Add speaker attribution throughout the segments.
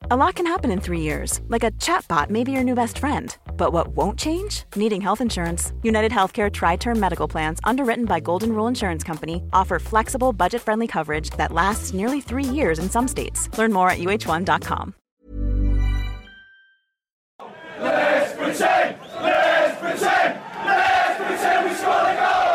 Speaker 1: A lot can happen in 3 years, like a chatbot may be your new best friend. But what won't change? Needing health insurance. United Healthcare Tri-Term Medical Plans, underwritten by Golden Rule Insurance Company, offer flexible, budget-friendly coverage that lasts nearly 3 years in some states. Learn more at uh1.com.
Speaker 2: Let's pretend! Let's pretend! Let's pretend we score the goal!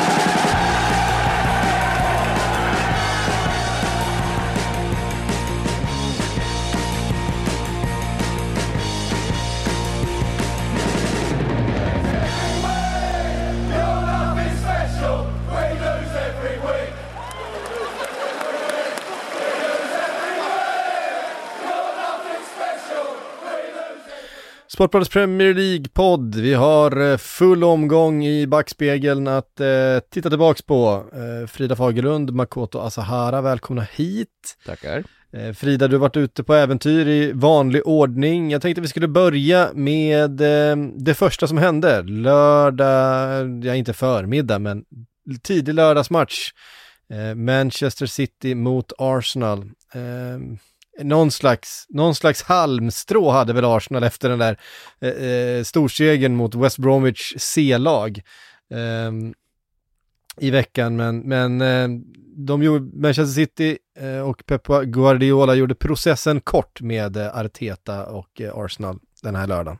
Speaker 3: Sportbladets Premier League-podd. Vi har full omgång i backspegeln att titta tillbaks på. Frida Fagerlund, Makoto Asahara, välkomna hit.
Speaker 4: Tackar.
Speaker 3: Frida, du har varit ute på äventyr i vanlig ordning. Jag tänkte vi skulle börja med det första som hände. Lördag, inte förmiddag, men tidig lördagsmatch. Manchester City mot Arsenal. Någon slags halmstrå hade väl Arsenal efter den där storsegern mot West Bromwich C-lag i veckan, men Manchester City och Pep Guardiola gjorde processen kort med Arteta och Arsenal den här lördagen.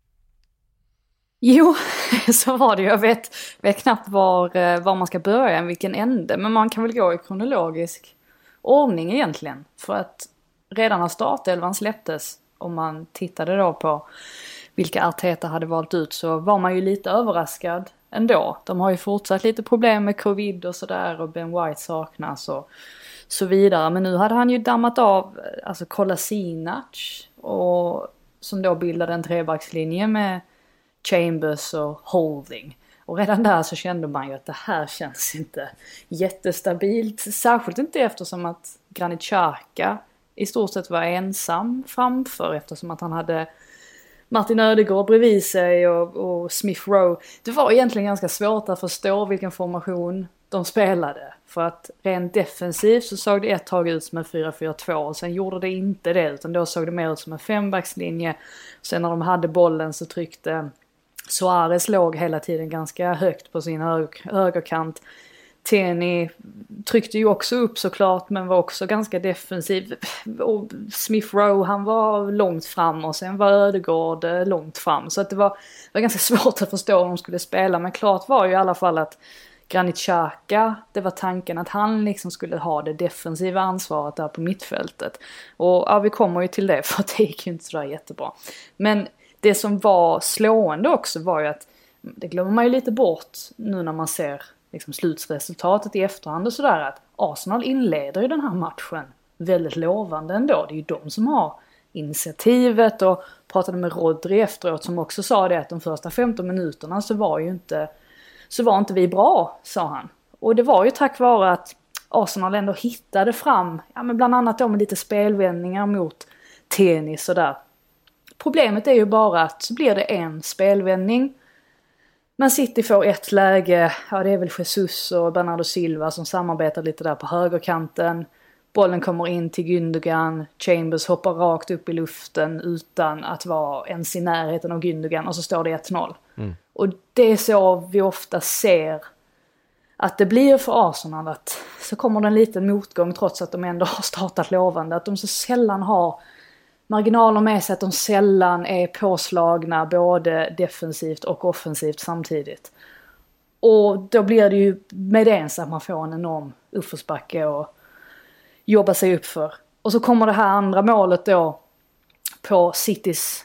Speaker 5: Jo, så var det. Jag vet knappt var man ska börja, vilken ände, men man kan väl gå i kronologisk ordning egentligen, för att redan när startelvan släpptes, om man tittade då på vilka Arteta hade valt ut, så var man ju lite överraskad ändå. De har ju fortsatt lite problem med covid och sådär, och Ben White saknas och så vidare. Men nu hade han ju dammat av alltså Kolasinac, och som då bildade en trebackslinje med Chambers och Holding. Och redan där så kände man ju att det här känns inte jättestabilt. Särskilt inte eftersom att Granit Xhaka i stort sett var ensam framför, eftersom att han hade Martin Ödegaard bredvid sig och Smith Rowe. Det var egentligen ganska svårt att förstå vilken formation de spelade. För att rent defensivt så såg det ett tag ut som en 4-4-2, och sen gjorde det inte det, utan då såg det mer ut som en fembackslinje. Sen när de hade bollen så tryckte Suarez låg hela tiden ganska högt på sin högerkant. Tierney tryckte ju också upp såklart, men var också ganska defensiv. Och Smith Rowe, han var långt fram, och sen var Ödegaard långt fram. Så att det var ganska svårt att förstå hur de skulle spela. Men klart var ju i alla fall att Granit Xhaka, det var tanken att han liksom skulle ha det defensiva ansvaret där på mittfältet. Och ja, vi kommer ju till det, för det gick ju inte så där jättebra. Men det som var slående också var ju att, det glömmer man ju lite bort nu när man ser liksom slutsresultatet i efterhand och sådär, att Arsenal inleder ju den här matchen väldigt lovande ändå. Det är ju de som har initiativet, och pratade med Rodri efteråt som också sa det, att de första 15 minuterna så var inte vi bra, sa han. Och det var ju tack vare att Arsenal ändå hittade fram, ja, men bland annat då med lite spelvändningar mot tennis och där. Problemet är ju bara att så blir det en spelvändning. Man City får ett läge, ja det är väl Jesus och Bernardo Silva som samarbetar lite där på högerkanten. Bollen kommer in till Gündogan, Chambers hoppar rakt upp i luften utan att vara ens i närheten av Gündogan, och så står det 1-0. Och det är så vi ofta ser att det blir för Arsenal, att så kommer det en liten motgång trots att de ändå har startat lovande, att de så sällan har marginaler med sig, att de sällan är påslagna både defensivt och offensivt samtidigt. Och då blir det ju med det så att man får en enorm uppförsbacke och jobba sig upp för. Och så kommer det här andra målet då på Citys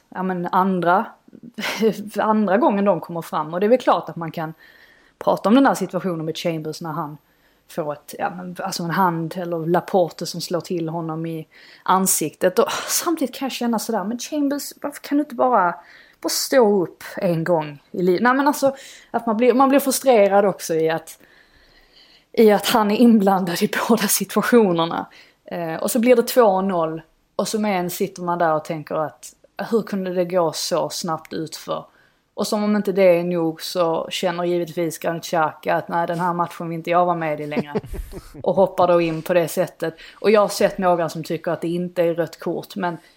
Speaker 5: andra gången de kommer fram. Och det är väl klart att man kan prata om den här situationen med Chambers när han får en hand eller Laporte som slår till honom i ansiktet. Och samtidigt kan jag känna sådär, men Chambers, varför kan du inte bara stå upp en gång i livet? Nej, men alltså att man blir frustrerad också i att han är inblandad i båda situationerna. Och så blir det 2-0, och så med en sitter man där och tänker att hur kunde det gå så snabbt utför? Och som om inte det är nog så känner givetvis Granit Xhaka att nej, den här matchen vill inte jag vara med i längre. Och hoppar då in på det sättet. Och jag har sett några som tycker att det inte är rött kort. Men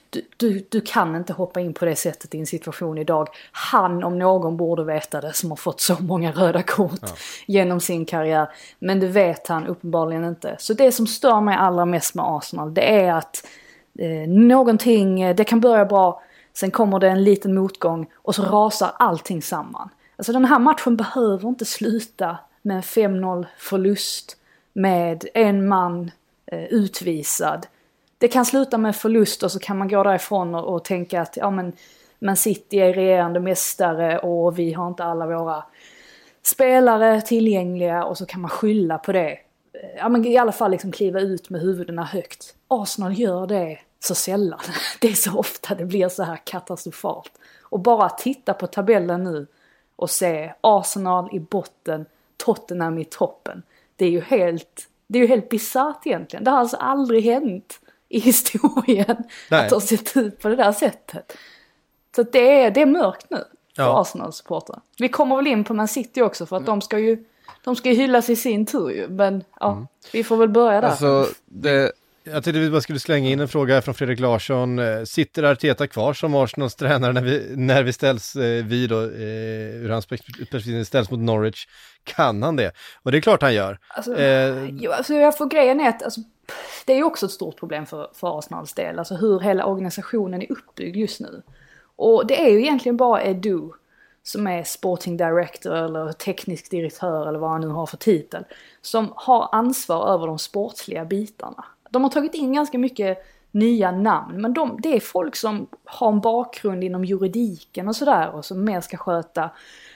Speaker 5: Du kan inte hoppa in på det sättet i en situation idag. Han om någon borde veta det, som har fått så många röda kort genom sin karriär. Men det vet han uppenbarligen inte. Så det som stör mig allra mest med Arsenal, det är att det kan börja bra, sen kommer det en liten motgång och så rasar allting samman. Alltså den här matchen behöver inte sluta med en 5-0 förlust med en man utvisad. Det kan sluta med förlust och så kan man gå därifrån och tänka att Man City är regerande mästare och vi har inte alla våra spelare tillgängliga, och så kan man skylla på det. I alla fall liksom kliva ut med huvudena högt. Arsenal gör det så sällan. Det är så ofta det blir så här katastrofalt. Och bara titta på tabellen nu och se Arsenal i botten, Tottenham i toppen. Det är ju helt bisarrt egentligen. Det har alltså aldrig hänt i historien att de sett ut på det där sättet. Så det är mörkt nu för Arsenal-supportrar. Vi kommer väl in på Man City också, för att de ska ju hyllas i sin tur ju. Men vi får väl börja där.
Speaker 3: Alltså, jag tänkte vi bara skulle slänga in en fråga från Fredrik Larsson. Sitter Arteta kvar som Arsenals tränare när vi ställs vid då, ur hans perspektiv ställs mot Norwich? Kan han det? Och det är klart han gör.
Speaker 5: Grejen är att det är ju också ett stort problem för Arsenals del. Alltså hur hela organisationen är uppbyggd just nu. Och det är ju egentligen bara Edu som är sporting director eller teknisk direktör eller vad han nu har för titel, som har ansvar över de sportsliga bitarna. De har tagit in ganska mycket nya namn, men det är folk som har en bakgrund inom juridiken och sådär, och som mer ska sköta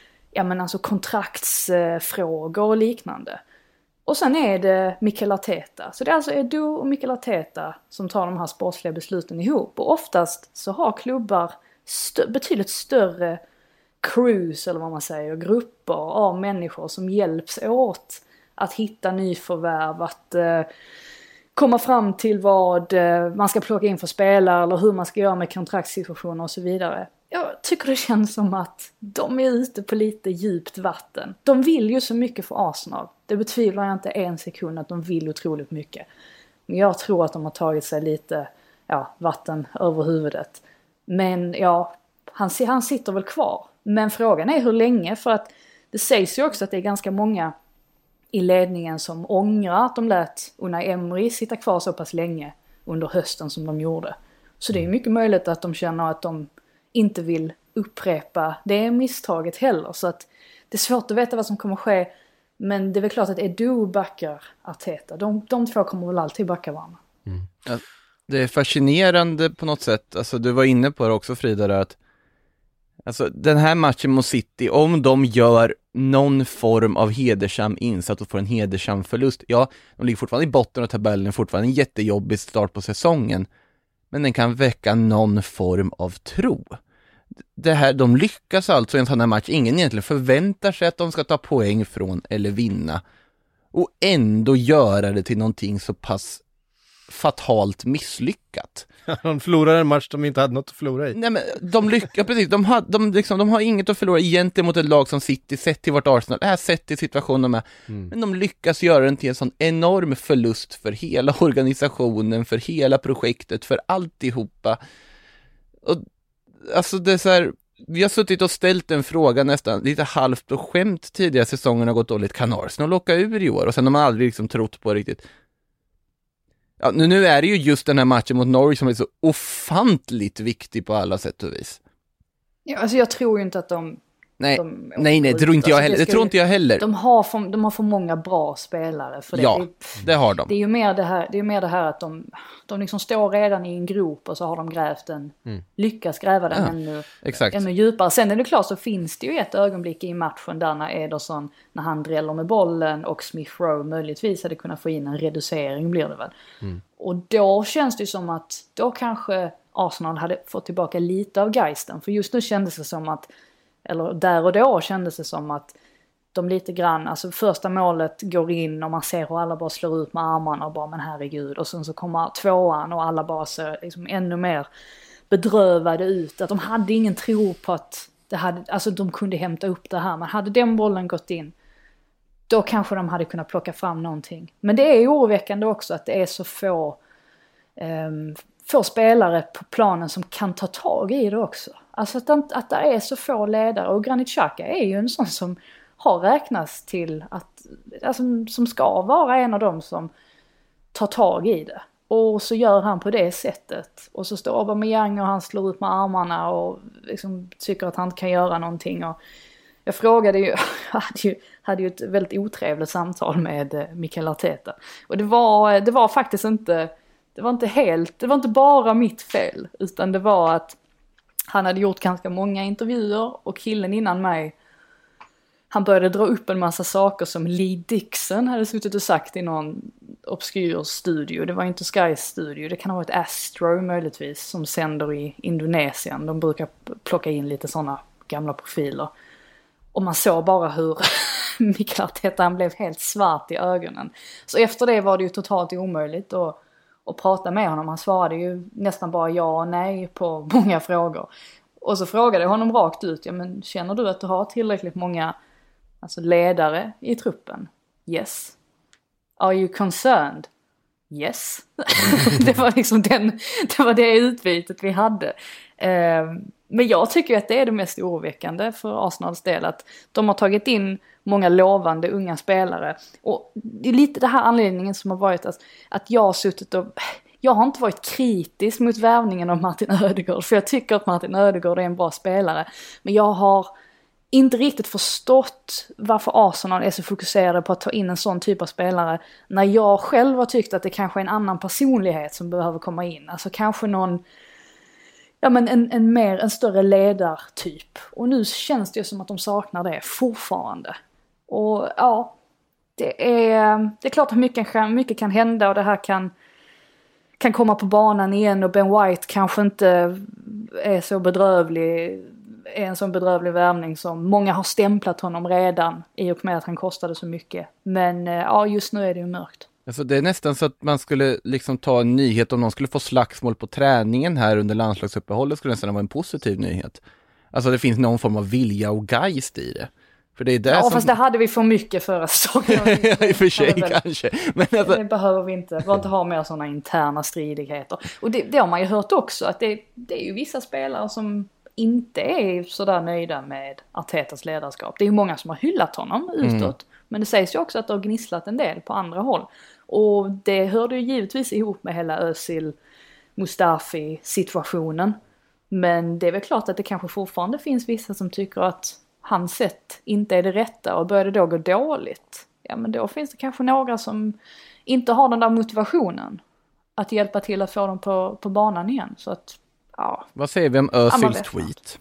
Speaker 5: kontraktsfrågor och liknande. Och sen är det Mikel Arteta. Så det är alltså Edu och Mikel Arteta som tar de här sportsliga besluten ihop. Och oftast så har klubbar betydligt större crews, eller vad man säger, grupper av människor som hjälps åt att hitta nyförvärv, att komma fram till vad man ska plocka in för spelare eller hur man ska göra med kontraktssituationer och så vidare. Jag tycker det känns som att de är ute på lite djupt vatten. De vill ju så mycket för Arsenal. Det betvivlar jag inte en sekund att de vill otroligt mycket. Men jag tror att de har tagit sig lite vatten över huvudet. Men han sitter väl kvar. Men frågan är hur länge, för att det sägs ju också att det är ganska många i ledningen som ångrar att de lät Unai Emery sitta kvar så pass länge under hösten som de gjorde. Så det är mycket möjligt att de känner att de inte vill upprepa det misstaget heller. Så att det är svårt att veta vad som kommer ske. Men det är väl klart att Edu backar Arteta. De två kommer väl alltid backa varandra.
Speaker 4: Ja, det är fascinerande på något sätt. Alltså, du var inne på det också, Frida, där att den här matchen mot City, om de gör någon form av hedersam insats och får en hedersam förlust, de ligger fortfarande i botten av tabellen, fortfarande en jättejobbig start på säsongen, men den kan väcka någon form av tro. De lyckas alltså i en sån här match. Ingen egentligen förväntar sig att de ska ta poäng från eller vinna, och ändå göra det till någonting så pass fatalt misslyckat.
Speaker 3: De förlorar en match de inte hade något att förlora i.
Speaker 4: Nej, men de lyckas precis. De har inget att förlora egentligen mot ett lag som City, sett till vart Arsenal är, sett till situationen med. Men de lyckas göra den till en sån enorm förlust för hela organisationen, för hela projektet, för alltihopa. Och alltså det är så här, vi har suttit och ställt en fråga nästan lite halvt och skämt tidigare säsongen har gått dåligt. Kan Arsenal åka ur i år? Och sen har man aldrig trott på riktigt. Ja, nu är det ju just den här matchen mot Norwich som är så ofantligt viktig på alla sätt och vis.
Speaker 5: Ja, alltså jag tror ju inte att
Speaker 4: Nej, det tror inte jag heller. Det tror inte jag heller.
Speaker 5: De har för många bra spelare för det.
Speaker 4: Ja, det har de.
Speaker 5: Det är ju mer det här att de liksom står redan i en grop och så har de grävt den, lyckas gräva den ännu djupare. Sen är det klart, så finns det ju ett ögonblick i matchen där när Ederson, när han dräller med bollen och Smith Rowe möjligtvis hade kunnat få in en reducering, blir det väl. Och då känns det som att då kanske Arsenal hade fått tillbaka lite av geisten. För just nu kändes det som att, eller där och då kändes det som att de lite grann, alltså första målet går in och man ser hur alla bara slår ut med armarna och bara, men herregud. Och sen så kommer tvåan och alla bara ser liksom ännu mer bedrövade ut. Att de hade ingen tro på att de kunde hämta upp det här. Men hade den bollen gått in, då kanske de hade kunnat plocka fram någonting. Men det är oroväckande också att det är så få få spelare på planen som kan ta tag i det också. Alltså att det är så få ledare, och Granit Xhaka är ju en sån som har räknats till att, alltså, som ska vara en av dem som tar tag i det. Och så gör han på det sättet. Och så står Aubameyang och han slår ut med armarna och liksom tycker att han inte kan göra någonting. Och jag frågade ju, hade ju ett väldigt otrevligt samtal med Mikel Arteta. Och det var faktiskt inte, det var inte bara mitt fel. Utan det var att han hade gjort ganska många intervjuer, och killen innan mig, han började dra upp en massa saker som Lee Dixon hade suttit och sagt i någon obskyr studio. Det var inte Sky studio, det kan ha varit Astro möjligtvis, som sänder i Indonesien. De brukar plocka in lite sådana gamla profiler. Och man såg bara hur Mikel Arteta, han blev helt svart i ögonen. Så efter det var det ju totalt omöjligt att prata med honom. Han svarade ju nästan bara ja och nej på många frågor. Och så frågade jag honom rakt ut, ja men känner du att du har tillräckligt många, alltså, ledare i truppen? Yes. Are you concerned? Yes. Det var liksom det var det utbytet vi hade. Men jag tycker att det är det mest oroväckande för Arsenals del, att de har tagit in många lovande unga spelare. Och det är lite det här anledningen som har varit att jag har suttit och... Jag har inte varit kritisk mot värvningen av Martin Ödegaard, för jag tycker att Martin Ödegaard är en bra spelare. Men jag har inte riktigt förstått varför Arsenal är så fokuserade på att ta in en sån typ av spelare, när jag själv har tyckt att det kanske är en annan personlighet som behöver komma in. Alltså kanske någon, ja men en större ledartyp. Och nu känns det ju som att de saknar det fortfarande. Och ja, det är klart att mycket kan hända, och det här kan komma på banan igen, och Ben White kanske inte är en sån bedrövlig värvning som många har stämplat honom redan i och med att han kostade så mycket. Men ja, just nu är det ju mörkt.
Speaker 4: Alltså det är nästan så att man skulle liksom ta en nyhet om någon skulle få slagsmål på träningen här under landslagsuppehållet, skulle nästan vara en positiv nyhet. Alltså det finns någon form av vilja och geist i det. För det är där
Speaker 5: fast det hade vi för mycket förra säsongen.
Speaker 4: I och för sig kanske. Men alltså...
Speaker 5: Det behöver vi inte. Vi behöver inte ha mer sådana interna stridigheter. Och det har man ju hört också, att det är ju vissa spelare som inte är sådär nöjda med Artetas ledarskap. Det är ju många som har hyllat honom utåt. Men det sägs ju också att det har gnisslat en del på andra håll. Och det hörde ju givetvis ihop med hela Özil Mustafi-situationen. Men det är väl klart att det kanske fortfarande finns vissa som tycker att hans sätt inte är det rätta, och börjar det då gå dåligt, ja men då finns det kanske några som inte har den där motivationen att hjälpa till att få dem på banan igen. Så att, ja.
Speaker 4: Vad säger vi om Özils tweet?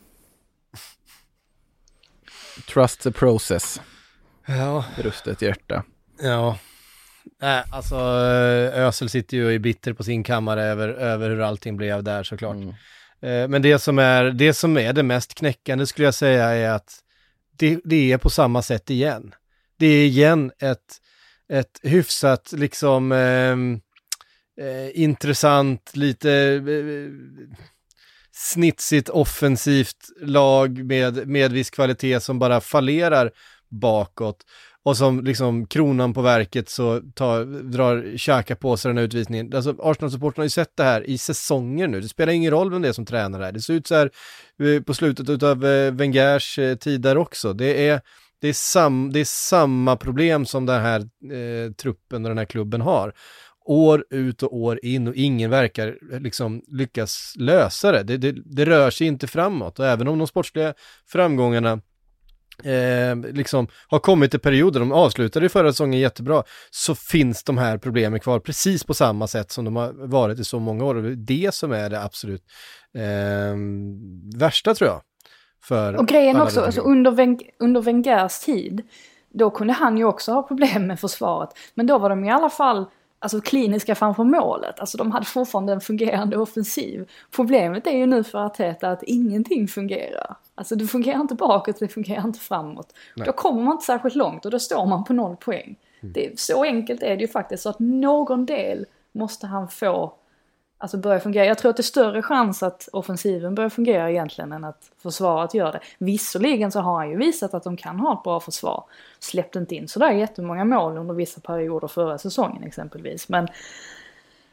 Speaker 4: Trust the process.
Speaker 3: Ja.
Speaker 4: Brustet hjärta. Ja.
Speaker 3: Alltså Özil sitter ju i bitter på sin kammare över hur allting blev där, såklart. Men det som är det mest knäckande, skulle jag säga, är att det är på samma sätt igen. Det är igen ett hyfsat liksom intressant, lite snitsigt offensivt lag med viss kvalitet som bara fallerar bakåt. Och som liksom kronan på verket så drar Xhaka på sig den här utvisningen. Alltså Arsenal-supporten har ju sett det här i säsonger nu. Det spelar ingen roll vem det är som tränar här. Det ser ut så här på slutet av Wengers tid där också. Det är samma problem som den här truppen och den här klubben har. År ut och år in, och ingen verkar liksom lyckas lösa det. Det rör sig inte framåt. Och även om de sportsliga framgångarna liksom har kommit i perioder, de avslutade i förra säsongen jättebra, så finns de här problemen kvar precis på samma sätt som de har varit i så många år. Och det som är det absolut värsta, tror jag. Och
Speaker 5: grejen också, alltså under Wengers tid, då kunde han ju också ha problem med försvaret, men då var de i alla fall alltså kliniska framför målet. Alltså de hade fortfarande en fungerande offensiv. Problemet är ju nu för Arteta att ingenting fungerar. Alltså det fungerar inte bakåt, det fungerar inte framåt. Nej. Då kommer man inte särskilt långt, och då står man på 0 poäng. Så enkelt är det ju faktiskt, så att någon del måste han få, alltså börja fungera. Jag tror att det är större chans att offensiven börjar fungera egentligen än att försvaret gör det. Visserligen så har han ju visat att de kan ha ett bra försvar. Släppte inte in så där jättemånga mål under vissa perioder förra säsongen exempelvis. Men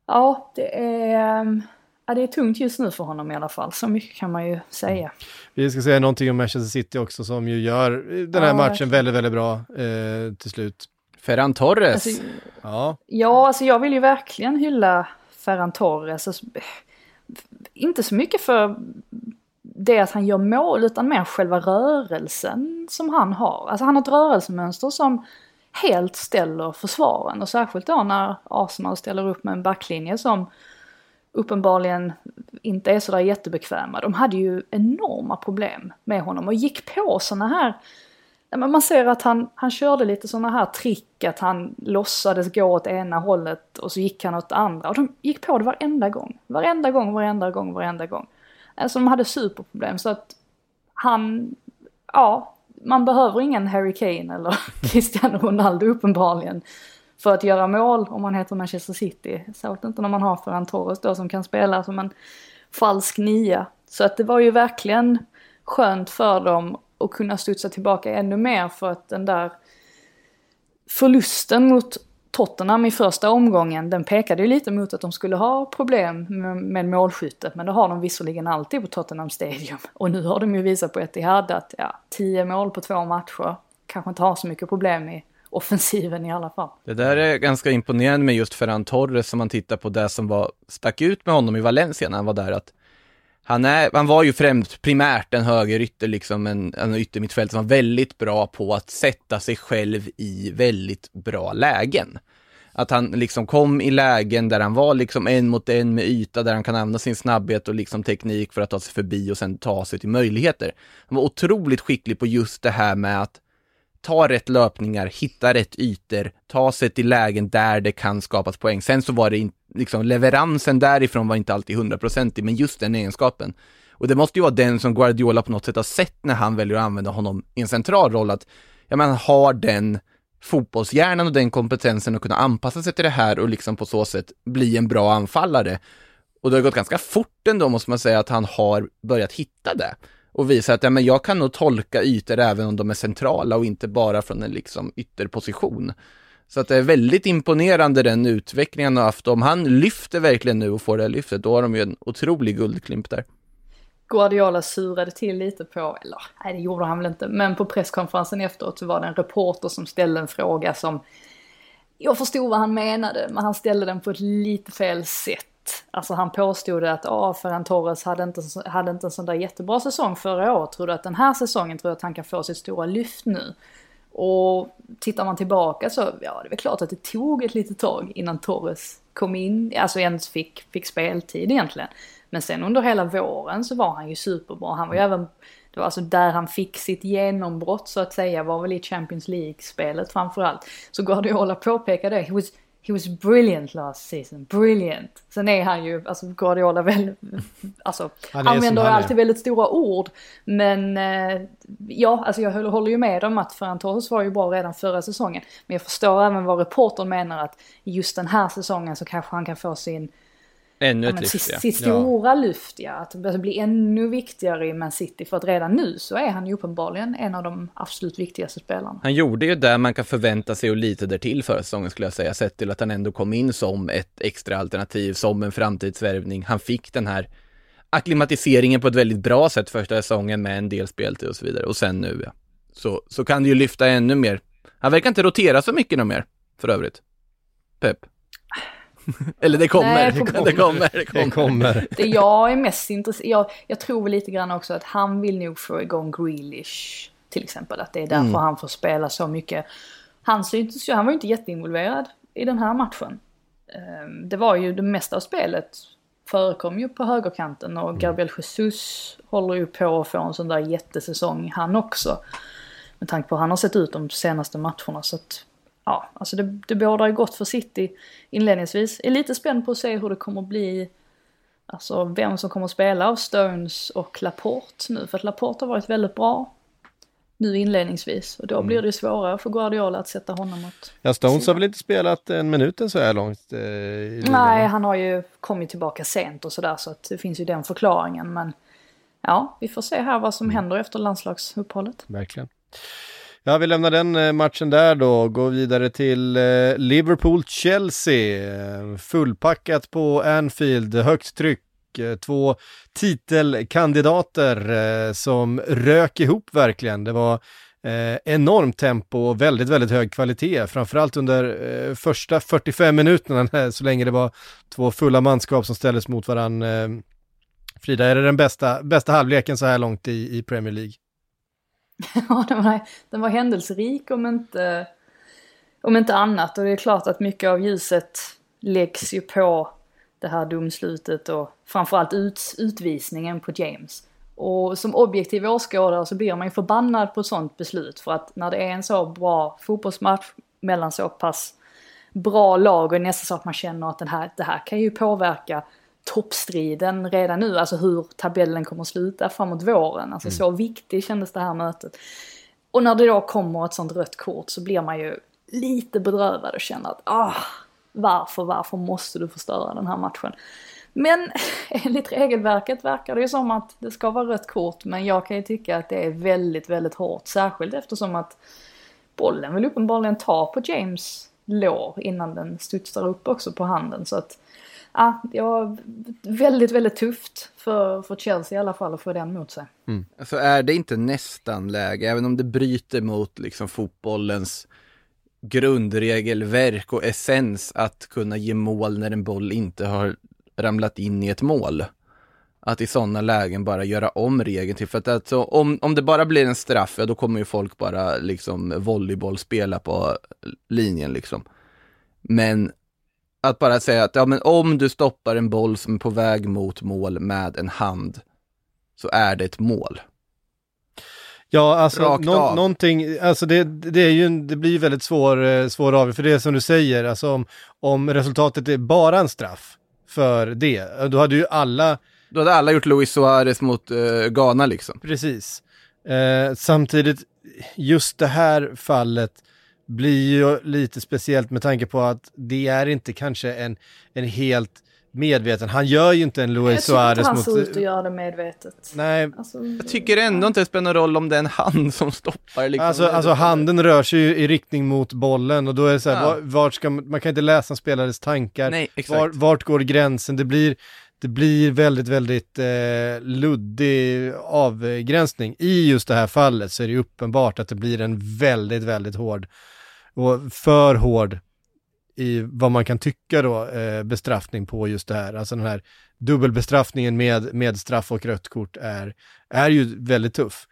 Speaker 5: Ja, det är tungt just nu för honom i alla fall. Så mycket kan man ju säga.
Speaker 3: Vi ska säga någonting om Manchester City också som ju gör den här matchen väldigt, väldigt bra till slut.
Speaker 4: Ferran Torres.
Speaker 5: Alltså,
Speaker 3: ja,
Speaker 5: alltså jag vill ju verkligen hylla Ferran Torres. Alltså, inte så mycket för det att han gör mål utan mer själva rörelsen som han har. Alltså han har ett rörelsemönster som helt ställer försvaren. Och särskilt då när Arsenal ställer upp med en backlinje som uppenbarligen inte är sådär jättebekväma. De hade ju enorma problem med honom och gick på såna här... Man ser att han körde lite såna här trick, att han låtsades gå åt ena hållet och så gick han åt andra. Och de gick på det varenda gång. Varenda gång. Alltså de hade superproblem så att man behöver ingen Harry Kane eller Cristiano Ronaldo uppenbarligen för att göra mål om man heter Manchester City. Särskilt inte när man har Ferran Torres då som kan spela som en falsk nia. Så att det var ju verkligen skönt för dem att kunna studsa tillbaka ännu mer för att den där förlusten mot Tottenham i första omgången, den pekade ju lite mot att de skulle ha problem med målskyttet, men det har de visserligen alltid på Tottenham Stadium. Och nu har de ju visat på Etihad att 10 mål på 2 matcher kanske inte har så mycket problem i offensiven i alla fall.
Speaker 4: Det där är ganska imponerande med just Ferran Torres som man tittar på det som stack ut med honom i Valencia när han var där, att han var ju främst primärt en högerytter, liksom en yttermittfält som var väldigt bra på att sätta sig själv i väldigt bra lägen. Att han liksom kom i lägen där han var liksom 1 mot 1 med yta, där han kan använda sin snabbhet och liksom teknik för att ta sig förbi och sen ta sig till möjligheter. Han var otroligt skicklig på just det här med att ta rätt löpningar, hitta rätt ytor, ta sig till lägen där det kan skapas poäng. Sen så var det liksom leveransen därifrån var inte alltid 100%, men just den egenskapen. Och det måste ju vara den som Guardiola på något sätt har sett när han väljer att använda honom i en central roll, att han har den fotbollshjärnan och den kompetensen att kunna anpassa sig till det här och liksom på så sätt bli en bra anfallare. Och det har gått ganska fort ändå, måste man säga, att han har börjat hitta det. Och visa att jag kan nog tolka ytor även om de är centrala och inte bara från en liksom ytterposition. Så att det är väldigt imponerande den utvecklingen han har haft. Om han lyfter verkligen nu och får det lyftet, då har de ju en otrolig guldklimp där.
Speaker 5: Guardiola surade till lite på, eller nej det gjorde han väl inte, men på presskonferensen efteråt så var det en reporter som ställde en fråga som jag förstod vad han menade, men han ställde den på ett lite fel sätt. Alltså han påstod att Ferran Torres hade inte en sån där jättebra säsong förra året. Tror du att den här säsongen att han kan få sitt stora lyft nu? Och tittar man tillbaka så det är väl klart att det tog ett litet tag innan Torres kom in, alltså ens fick speltid egentligen. Men sen under hela våren så var han ju superbra. Han var ju även, det var alltså där han fick sitt genombrott så att säga, var väl i Champions League-spelet framförallt. Så Guardiola påpekade det. He was brilliant last season. Brilliant. Sen är han ju, alltså Guardiola väl, alltså använder alltid väldigt stora ord. Men alltså jag håller ju med om att Ferran Torres var ju bra redan förra säsongen. Men jag förstår även vad reportern menar, att just den här säsongen så kanske han kan få sitt stora lyft, att det blir ännu viktigare i Man City, för att redan nu så är han ju uppenbarligen en av de absolut viktigaste spelarna.
Speaker 4: Han gjorde ju där man kan förvänta sig och lite där till förra säsongen, skulle jag säga, sett till att han ändå kom in som ett extra alternativ, som en framtidsvärvning. Han fick den här akklimatiseringen på ett väldigt bra sätt första säsongen med en del speltid och så vidare, och sen nu så kan det ju lyfta ännu mer. Han verkar inte rotera så mycket mer för övrigt, Pep. Eller det kommer.
Speaker 5: Det jag är mest intresserad, jag tror väl lite grann också att han vill nog få igång Grealish till exempel, att det är därför han får spela så mycket. Han var ju inte jätteinvolverad i den här matchen. Det var ju det mesta av spelet förekom ju på högerkanten, och Gabriel Jesus håller ju på att få en sån där jättesäsong han också, med tanke på hur han har sett ut de senaste matcherna. Så att alltså det bådar ju gott för City inledningsvis. Är lite spänd på att se hur det kommer att bli, alltså vem som kommer att spela av Stones och Laporte nu, för att Laporte har varit väldigt bra nu inledningsvis, och då blir det svårare för Guardiola att sätta honom åt.
Speaker 3: Ja, Stones har väl inte spelat en minuten så här långt
Speaker 5: nej, han har ju kommit tillbaka sent och sådär, så att det finns ju den förklaringen, men vi får se här vad som händer efter landslagsuppehållet.
Speaker 3: Verkligen. Ja, vi lämnar den matchen där då, går vidare till Liverpool-Chelsea, fullpackat på Anfield, högt tryck, 2 titelkandidater som rök ihop verkligen. Det var enormt tempo och väldigt, väldigt hög kvalitet, framförallt under första 45 minuterna så länge det var 2 fulla manskap som ställdes mot varann. Frida, är det den bästa halvleken så här långt i Premier League?
Speaker 5: Ja, den var händelserik om inte annat, och det är klart att mycket av ljuset läggs ju på det här domslutet och framförallt utvisningen på James. Och som objektiv åskådare så blir man ju förbannad på ett sånt beslut, för att när det är en så bra fotbollsmatch mellan så pass bra lag, och nästan så att man känner att det här kan ju påverka toppstriden redan nu, alltså hur tabellen kommer att sluta framåt våren, alltså så viktigt kändes det här mötet. Och när det då kommer ett sånt rött kort så blir man ju lite bedrövad och känner att varför måste du förstöra den här matchen? Men enligt regelverket verkar det ju som att det ska vara rött kort, men jag kan ju tycka att det är väldigt, väldigt hårt, särskilt eftersom att bollen vill uppenbarligen ta på James lår innan den studsar upp också på handen, så att det var väldigt, väldigt tufft för Chelsea i alla fall att få den mot sig.
Speaker 4: Alltså är det inte nästan läge, även om det bryter mot liksom fotbollens grundregelverk och essens att kunna ge mål när en boll inte har ramlat in i ett mål, att i sådana lägen bara göra om regeln till, för att alltså, om det bara blir en straff, då kommer ju folk bara liksom volleyboll spela på linjen liksom. Men att bara säga att men om du stoppar en boll som är på väg mot mål med en hand, så är det ett mål.
Speaker 3: Ja, alltså någonting, alltså det blir ju väldigt svår av, för det är som du säger, alltså om resultatet är bara en straff för det, då hade alla
Speaker 4: gjort Luis Suarez mot Ghana liksom.
Speaker 3: Precis. Samtidigt, just det här fallet blir ju lite speciellt med tanke på att det är inte kanske en helt medveten. Han gör ju inte en Luis Suarez mot...
Speaker 5: Han ser ut att göra det medvetet.
Speaker 3: Nej.
Speaker 5: Alltså,
Speaker 4: jag tycker ändå inte det spelar någon roll om det är en hand som stoppar. Liksom.
Speaker 3: Alltså handen rör sig ju i riktning mot bollen, och då är det så här, vart ska man kan inte läsa en spelares tankar.
Speaker 4: Nej, exakt.
Speaker 3: Vart går gränsen? Det blir väldigt, väldigt luddig avgränsning. I just det här fallet så är det uppenbart att det blir en väldigt, väldigt hård och för hård i vad man kan tycka då bestraffning på just det här. Alltså den här dubbelbestraffningen med straff och rött kort är ju väldigt tuff.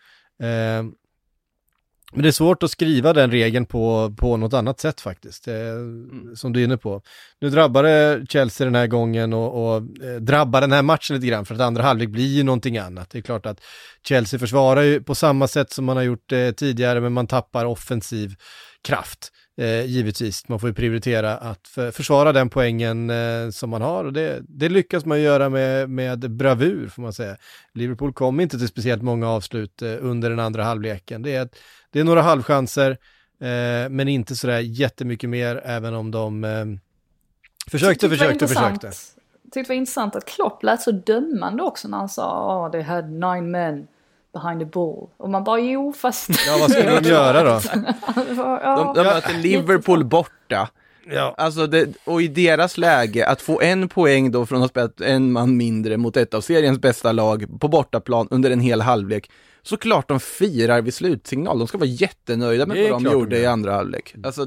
Speaker 3: Men det är svårt att skriva den regeln på något annat sätt faktiskt, som du är inne på. Nu drabbade Chelsea den här gången och drabbar den här matchen lite grann, för att andra halvlek blir ju någonting annat. Det är klart att Chelsea försvarar ju på samma sätt som man har gjort tidigare, men man tappar offensiv kraft. Givetvis, man får ju prioritera att försvara den poängen som man har, och det lyckas man göra med bravur, får man säga. Liverpool kom inte till speciellt många avslut under den andra halvleken. Det är några halvchanser, men inte sådär jättemycket mer, även om de försökte.
Speaker 5: Jag tyckte det var intressant att Klopp lät så dömande också när han sa they had 9 men behind the ball. Och man bara, fast...
Speaker 3: Ja, vad skulle de göra då?
Speaker 4: De möter Liverpool borta.
Speaker 3: Ja.
Speaker 4: Alltså och i deras läge, att få en poäng då från att spela en man mindre mot ett av seriens bästa lag på bortaplan under en hel halvlek, så klart de firar vid slutsignal. De ska vara jättenöjda med vad de gjorde i andra halvlek. Alltså,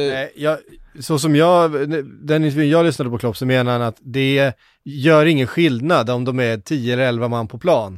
Speaker 3: så som den intervjun jag lyssnade på Klopp, så menar han att det gör ingen skillnad om de är 10 eller 11 man på plan.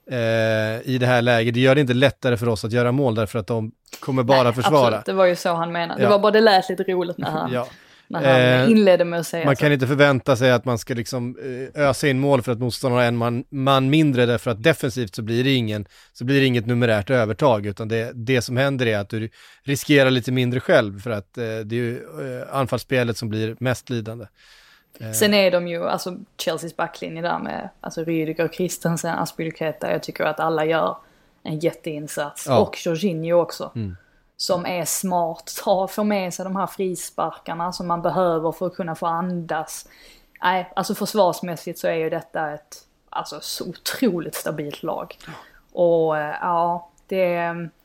Speaker 3: I det här läget. Det gör det inte lättare för oss att göra mål, därför att de kommer bara försvara.
Speaker 5: Absolut, det var ju så han menade. Det var bara, det lät lite roligt när han, när han inledde med att säga
Speaker 3: man
Speaker 5: så.
Speaker 3: kan inte förvänta sig att man ska liksom ösa in mål för att motståndaren har en man mindre, därför att defensivt så blir det inget numerärt övertag, utan det som händer är att du riskerar lite mindre själv, för att det är ju anfallsspelet som blir mest lidande.
Speaker 5: Sen är de ju, alltså Chelseas backlinje där med alltså Rüdiger, Christensen, Azpilicueta, jag tycker att alla gör en jätteinsats. Ja. Och Jorginho också, som är smart, får med sig de här frisparkarna som man behöver för att kunna få andas. Nej, alltså försvarsmässigt så är ju detta ett så otroligt stabilt lag. Och det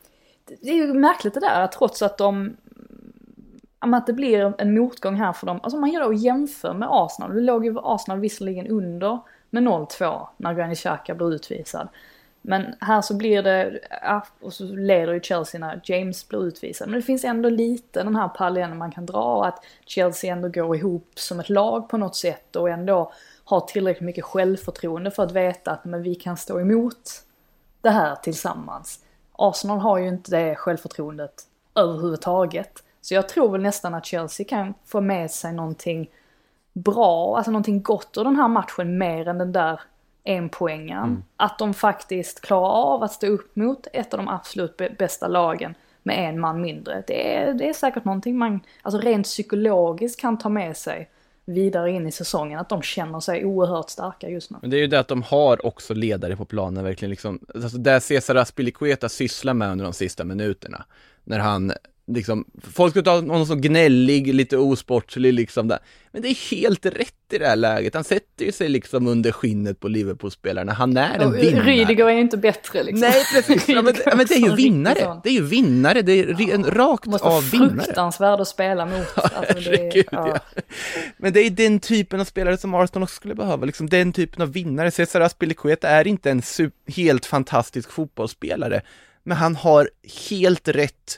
Speaker 5: det är ju märkligt det där, trots att att det blir en motgång här för dem. Alltså man gör det och jämför med Arsenal. Det låg ju Arsenal visserligen under med 0-2 när Granit Xhaka blir utvisad. Men här så blir det, och så leder ju Chelsea när James blir utvisad. Men det finns ändå lite den här parallellen man kan dra, att Chelsea ändå går ihop som ett lag på något sätt och ändå har tillräckligt mycket självförtroende för att veta att men vi kan stå emot det här tillsammans. Arsenal har ju inte det självförtroendet överhuvudtaget. Så jag tror väl nästan att Chelsea kan få med sig någonting bra, alltså någonting gott ur den här matchen mer än den där enpoängaren. Att de faktiskt klarar av att stå upp mot ett av de absolut bästa lagen med en man mindre. Det är säkert någonting man alltså rent psykologiskt kan ta med sig vidare in i säsongen, att de känner sig oerhört starka just nu.
Speaker 4: Men det är ju det att de har också ledare på planen verkligen liksom, alltså där Cesar Azpilicueta sysslar med under de sista minuterna, när han liksom, folk ska ta någon så gnällig, lite osportslig liksom där. Men det är helt rätt i det här läget. Han sätter ju sig liksom under skinnet på Liverpool-spelarna. Han är en vinnare.
Speaker 5: Rydiger är ju inte bättre liksom.
Speaker 4: Nej, precis. Men det är ju vinnare. Det är ju vinnare. Det är en rakt av vinnare.
Speaker 5: Fruktansvärd att spela mot. Alltså
Speaker 4: ja. Men det är den typen av spelare som Arsenal också skulle behöva. Liksom den typen av vinnare. Cesar Azpilicueta är inte en helt fantastisk fotbollsspelare. Men han har helt rätt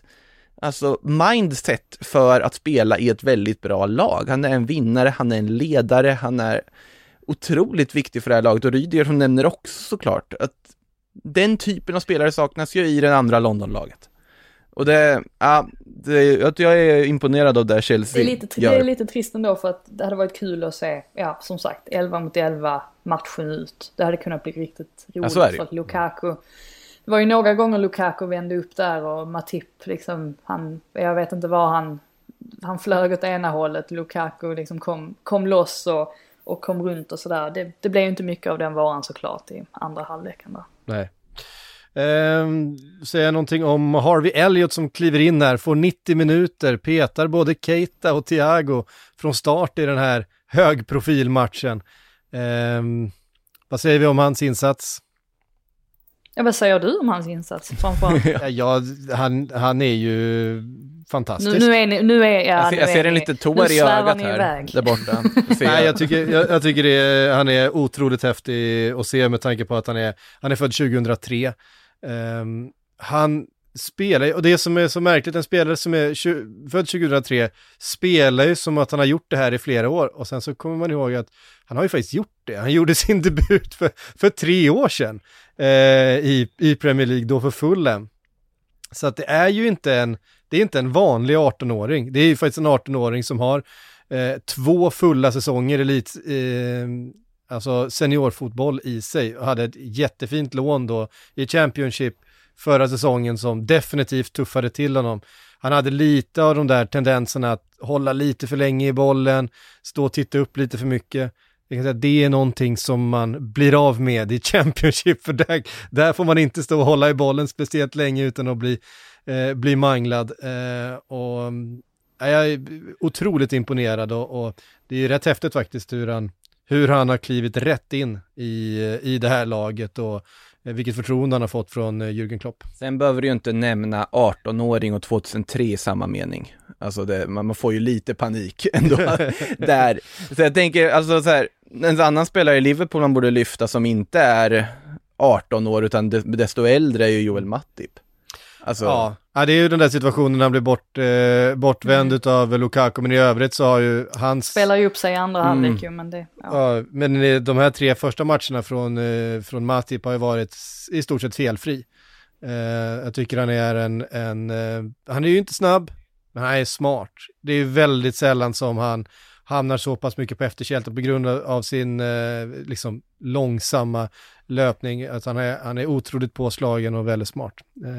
Speaker 4: mindset för att spela i ett väldigt bra lag. Han är en vinnare, han är en ledare, han är otroligt viktig för det här laget. Och Rydiger som nämner också såklart att den typen av spelare saknas ju i det andra Londonlaget. Och jag är imponerad av det Chelsea
Speaker 5: det är lite trist ändå, för att det hade varit kul att se, som sagt, 11-11 matchen ut. Det hade kunnat bli riktigt roligt för att Lukaku. Det var ju några gånger Lukaku vände upp där och Matip liksom, jag vet inte vad han flög åt ena hållet. Lukaku liksom kom loss och kom runt och sådär. Det blev ju inte mycket av den varan såklart i andra halvleken där.
Speaker 3: Nej. Säga någonting om Harvey Elliott som kliver in här, får 90 minuter, petar både Keita och Thiago från start i den här högprofilmatchen. Vad säger vi om hans insats?
Speaker 5: Ja, vad säger du om hans insats?
Speaker 3: Han är ju fantastisk.
Speaker 4: Jag ser en lite tår i ögat här där borta.
Speaker 3: Nej, jag tycker han är otroligt häftig att se med tanke på att han är född 2003. Han spelar, och det som är så märkligt, en spelare som är född 2003 spelar ju som att han har gjort det här i flera år, och sen så kommer man ihåg att han har ju faktiskt gjort det. Han gjorde sin debut för 3 år sedan i Premier League, då för Fulham. Så att det är ju inte en vanlig 18-åring. Det är ju faktiskt en 18-åring som har 2 fulla säsonger alltså seniorfotboll i sig, och hade ett jättefint lån då i Championship förra säsongen som definitivt tuffade till honom. Han hade lite av de där tendenserna att hålla lite för länge i bollen, stå och titta upp lite för mycket. Jag kan säga att det är någonting som man blir av med i Championship, för där får man inte stå och hålla i bollen speciellt länge utan att bli manglad. Och jag är otroligt imponerad, och det är rätt häftigt faktiskt hur han har klivit rätt in i det här laget, och vilket förtroende han har fått från Jürgen Klopp.
Speaker 4: Sen behöver du ju inte nämna 18-åring och 2003 i samma mening. Alltså man får ju lite panik ändå där. Så jag tänker, alltså så här, en annan spelare i Liverpool man borde lyfta som inte är 18 år utan desto äldre är ju Joel Matip. Alltså... Ja, det är ju den där situationen när han blir bortvänd av Lukaku, men i övrigt så har ju hans... Spelar
Speaker 5: ju upp sig i andra halvlek ju, men det...
Speaker 3: Ja, men de här 3 första matcherna från Matip har ju varit i stort sett felfri. Jag tycker han är han är ju inte snabb, men han är smart. Det är ju väldigt sällan som han hamnar så pass mycket på efterkälten på grund av sin liksom långsamma löpning, att han är otroligt påslagen och väldigt smart.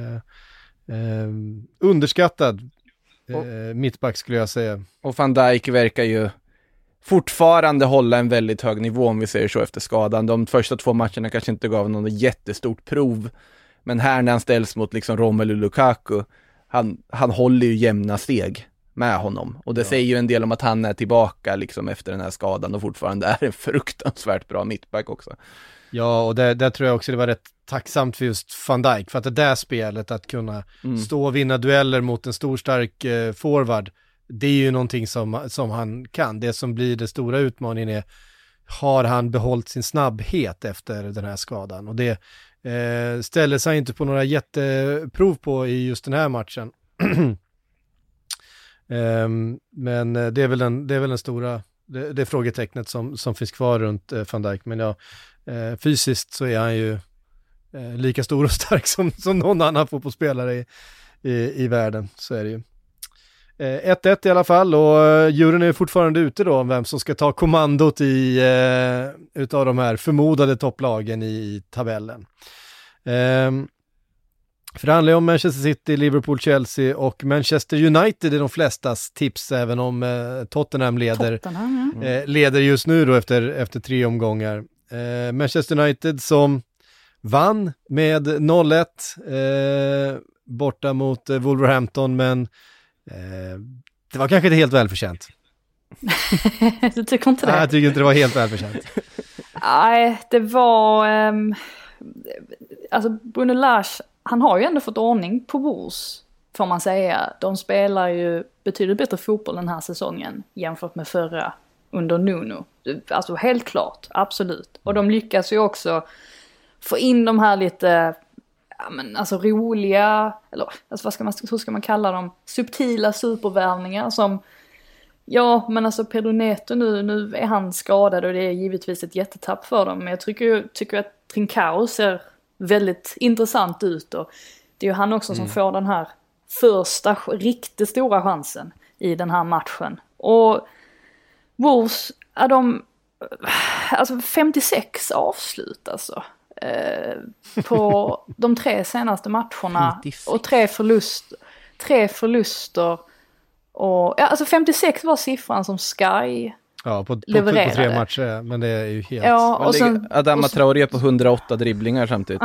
Speaker 3: Underskattad mittback skulle jag säga.
Speaker 4: Och Van Dijk verkar ju fortfarande hålla en väldigt hög nivå, om vi säger så, efter skadan. De första 2 matcherna kanske inte gav någon jättestort prov, men här när han ställs mot liksom Romelu Lukaku, han håller ju jämna steg med honom, och det säger ju en del om att han är tillbaka liksom efter den här skadan och fortfarande är en fruktansvärt bra mittback också.
Speaker 3: Ja, och där tror jag också det var rätt tacksamt för just Van Dijk, för att det där spelet, att kunna stå och vinna dueller mot en stor stark forward, det är ju någonting som han kan. Det som blir det stora utmaningen är, har han behållit sin snabbhet efter den här skadan? Och det ställer sig inte på några jätteprov på i just den här matchen. Men det är väl den stora, det frågetecknet som finns kvar runt Van Dijk. Men ja, fysiskt så är han ju lika stor och stark som någon annan fotbollsspelare i världen. Så är det ju. 1-1 i alla fall, och juryn är fortfarande ute då om vem som ska ta kommandot utav de här förmodade topplagen i tabellen. För det handlar ju om Manchester City, Liverpool, Chelsea och Manchester United är de flestas tips, även om Tottenham leder just nu då efter 3 omgångar. Manchester United som vann med 0-1 borta mot Wolverhampton, men det var kanske inte helt välförtjänt.
Speaker 5: Du tycker inte det?
Speaker 3: Nej, jag tycker inte det var helt välförtjänt.
Speaker 5: Nej, det var... alltså Bruno Lage, han har ju ändå fått ordning på Wolves, får man säga. De spelar ju betydligt bättre fotboll den här säsongen jämfört med förra under Nuno. Alltså helt klart, absolut. Och de lyckas ju också få in de här lite... Ja, men alltså roliga, eller alltså hur ska man kalla dem, subtila supervärvningar som, ja men alltså Pedro Neto nu är han skadad och det är givetvis ett jättetapp för dem, men jag tycker att Trincao ser väldigt intressant ut, och det är ju han också som får den här första riktigt stora chansen i den här matchen. Och Wolves är alltså 56 avslut alltså. På de 3 senaste matcherna
Speaker 4: 56.
Speaker 5: Och 3 förluster och ja, alltså 56 var siffran som Sky levererade.
Speaker 3: På 3 matcher, men det är ju helt...
Speaker 5: Ja, och sen
Speaker 4: Adama Traoré på 108 dribblingar samtidigt.